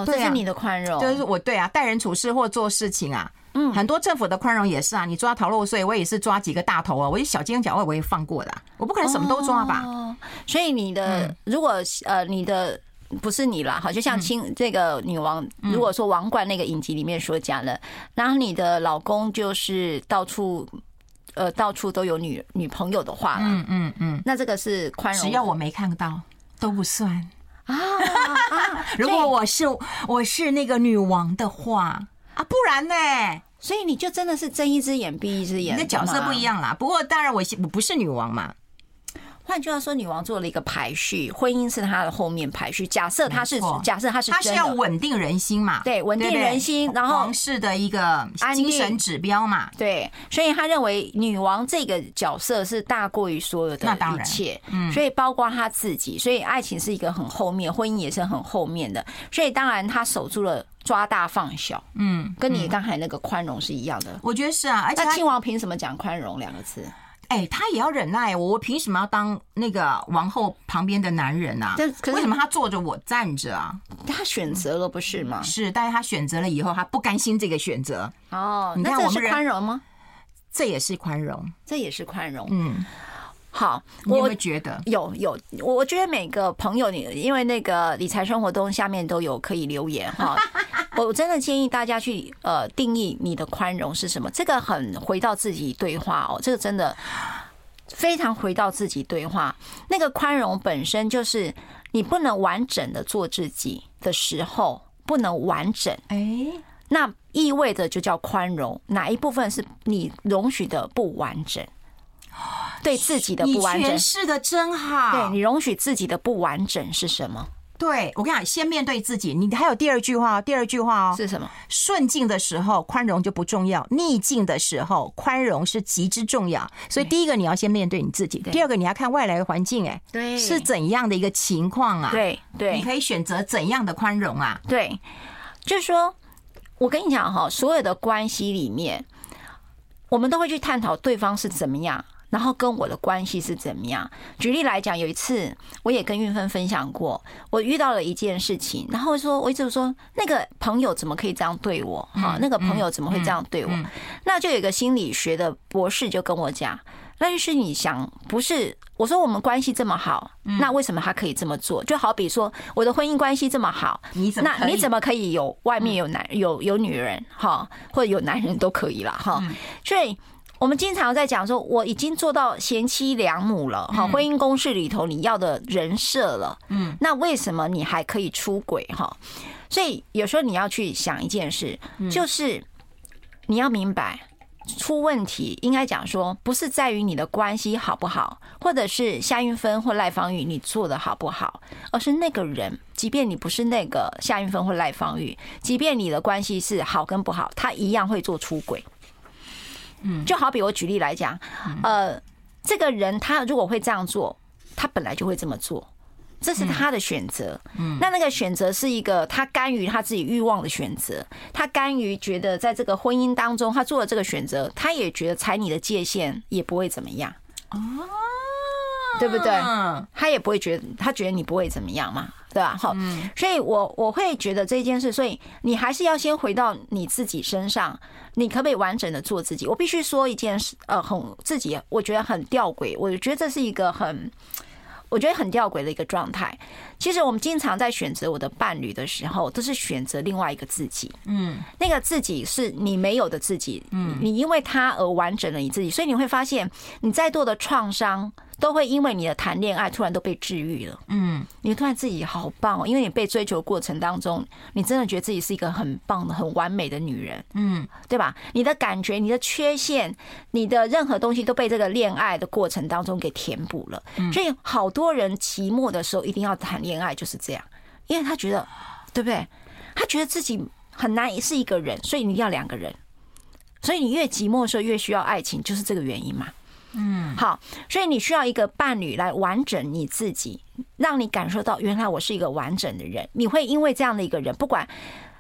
哦，这是你的宽容， 就是我对啊，待人处事或做事情啊。嗯，很多政府的宽容也是啊，你抓逃漏税，我也是抓几个大头啊，我一小奸小恶我也放过的、啊，我不可能什么都抓吧。 哦，所以你的、嗯、如果呃你的不是你啦，好，就像亲、嗯、这个女王，如果说王冠那个影集里面所讲的，然后你的老公就是到处呃到处都有女女朋友的话，嗯嗯嗯，那这个是宽容， 只要我没看到都不算啊。啊如果我是我是那个女王的话。啊，不然呢？ 所以你就真的是睁一只眼闭一只眼， 那角色不一样啦。不过当然我我不是女王嘛。 换句话说，女王做了一个排序，婚姻是她的后面排序。假设她是，假设她是， 她是要稳定人心嘛？ 对，稳定人心，然后皇室的一个精神指标嘛。 对，所以他认为女王这个角色是大过于所有的一切，嗯，所以包括她自己，所以爱情是一个很后面，婚姻也是很后面的，所以当然她守住了抓大放小，嗯，跟你刚才那个宽容是一样的。 我觉得是啊，而且那亲王凭什么讲宽容两个字？ 哎，他也要忍耐我，我凭什么要当那个王后旁边的男人啊？为什么他坐着我站着啊？ 他选择了不是吗？ 是，但是他选择了以后，他不甘心这个选择。 哦，你看我们是宽容吗？ 这也是宽容， 这也是宽容。 嗯。 好， 你有没有觉得？ 有有，我觉得每个朋友，你因为那个理财生活中下面都有可以留言哈，我真的建议大家去呃定义你的宽容是什么。这个很回到自己对话哦，这个真的非常回到自己对话。那个宽容本身就是你不能完整的做自己的时候，不能完整，哎，那意味着就叫宽容。哪一部分是你容许的不完整？对自己的不完整， 你诠释的真好。 对，你容许自己的不完整是什么？ 对，我跟你讲，先面对自己。你还有第二句话，第二句话哦， 是什么？ 顺境的时候宽容就不重要，逆境的时候宽容是极之重要。所以第一个你要先面对你自己，第二个你要看外来的环境，哎， 对， 是怎样的一个情况啊？ 对对， 你可以选择怎样的宽容啊？ 对，就是说，我跟你讲哈，所有的关系里面，我们都会去探讨对方是怎么样。然后跟我的关系是怎么样？举例来讲，有一次我也跟运芬分享过，我遇到了一件事情，然后说我一直说那个朋友怎么可以这样对我？哈，那个朋友怎么会这样对我？那就有一个心理学的博士就跟我讲，那就是你想，不是我说我们关系这么好，那为什么他可以这么做？就好比说我的婚姻关系这么好， 你怎么那你怎么可以有外面有男有有女人哈，或者有男人都可以啦哈，所以。我们经常在讲说，我已经做到贤妻良母了，哈，婚姻公式里头你要的人设了，嗯，那为什么你还可以出轨哈？所以有时候你要去想一件事，就是你要明白，出问题应该讲说，不是在于你的关系好不好，或者是夏运芬或赖芳玉你做的好不好，而是那个人，即便你不是那个夏运芬或赖芳玉，即便你的关系是好跟不好，他一样会做出轨。嗯，就好比我举例来讲，呃，这个人他如果会这样做，他本来就会这么做，这是他的选择。嗯，那那个选择是一个他甘于他自己欲望的选择，他甘于觉得在这个婚姻当中他做了这个选择，他也觉得踩你的界限也不会怎么样。哦，对不对？他也不会觉得，他觉得你不会怎么样嘛，对吧？好，所以我我会觉得这件事，所以你还是要先回到你自己身上，你可不可以完整的做自己？我必须说一件事，呃，很自己，我觉得很吊诡，我觉得这是一个很。我觉得很吊诡的一个状态。其实我们经常在选择我的伴侣的时候，都是选择另外一个自己。嗯，那个自己是你没有的自己。嗯，你因为他而完整了你自己，所以你会发现，你再多的创伤都会因为你的谈恋爱突然都被治愈了。嗯，你突然自己好棒哦，因为你被追求过程当中，你真的觉得自己是一个很棒的、很完美的女人。嗯，对吧？你的感觉、你的缺陷、你的任何东西都被这个恋爱的过程当中给填补了。所以好多人期末的时候一定要谈恋爱，就是这样，因为他觉得，对不对？他觉得自己很难是一个人，所以你一定要两个人。所以你越寂寞的时候越需要爱情，就是这个原因嘛。嗯，好，所以你需要一个伴侣来完整你自己，让你感受到原来我是一个完整的人。你会因为这样的一个人，不管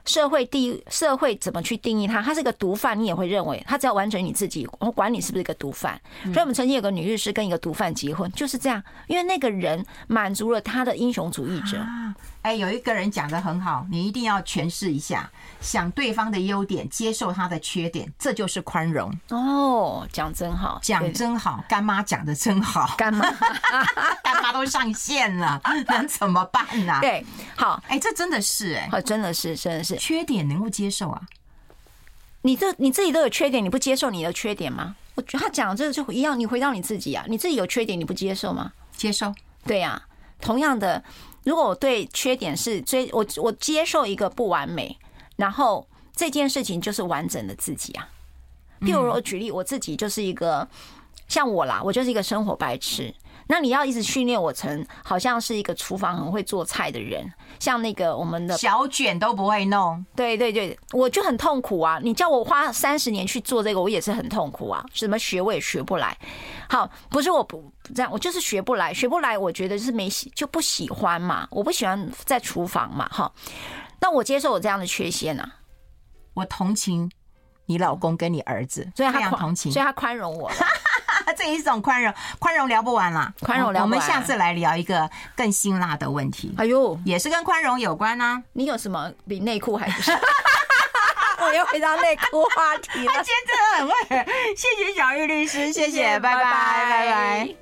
社会定社会怎么去定义他？他是个毒贩，你也会认为他只要完整你自己，我管你是不是一个毒贩。所以我们曾经有个女律师跟一个毒贩结婚，就是这样，因为那个人满足了他的英雄主义者。 哎，有一个人讲得很好，你一定要诠释一下，想对方的优点，接受他的缺点，这就是宽容。 哦，讲真好， 讲真好，干妈讲的真好， 干妈， 干妈都上线了，能怎么办呢、啊？ 对，好， 哎，这真的是哎、 欸，真的是，真的是， 缺点能够接受啊？ 你这你自己都有缺点，你不接受你的缺点吗？我觉得他讲的这个就一样，你回到你自己啊，你自己有缺点，你不接受吗？ 接受， 对呀、啊，同样的。如果我对缺点是追我我接受一个不完美，然后这件事情就是完整的自己啊。譬如我举例，我自己就是一个像我啦，我就是一个生活白痴。那你要一直训练我成好像是一个厨房很会做菜的人，像那个我们的小卷都不会弄， 对对对，我就很痛苦啊！你叫我花三十年去做这个，我也是很痛苦啊，什么学我也学不来。好，不是我不这样，我就是学不来，学不来，我觉得就是没喜就不喜欢嘛，我不喜欢在厨房嘛，哈。那我接受我这样的缺陷啊， 我同情你老公跟你儿子， 所以他非常同情， 所以他宽容我了。 这一种宽容，宽容聊不完啦， 宽容聊不完。 我们下次来聊一个更辛辣的问题。 哎呦， 也是跟宽容有关啊。 你有什么比内裤还不是？我又回到内裤话题了。 他今天真的很会，谢谢小玉律师，谢谢，拜拜，拜拜。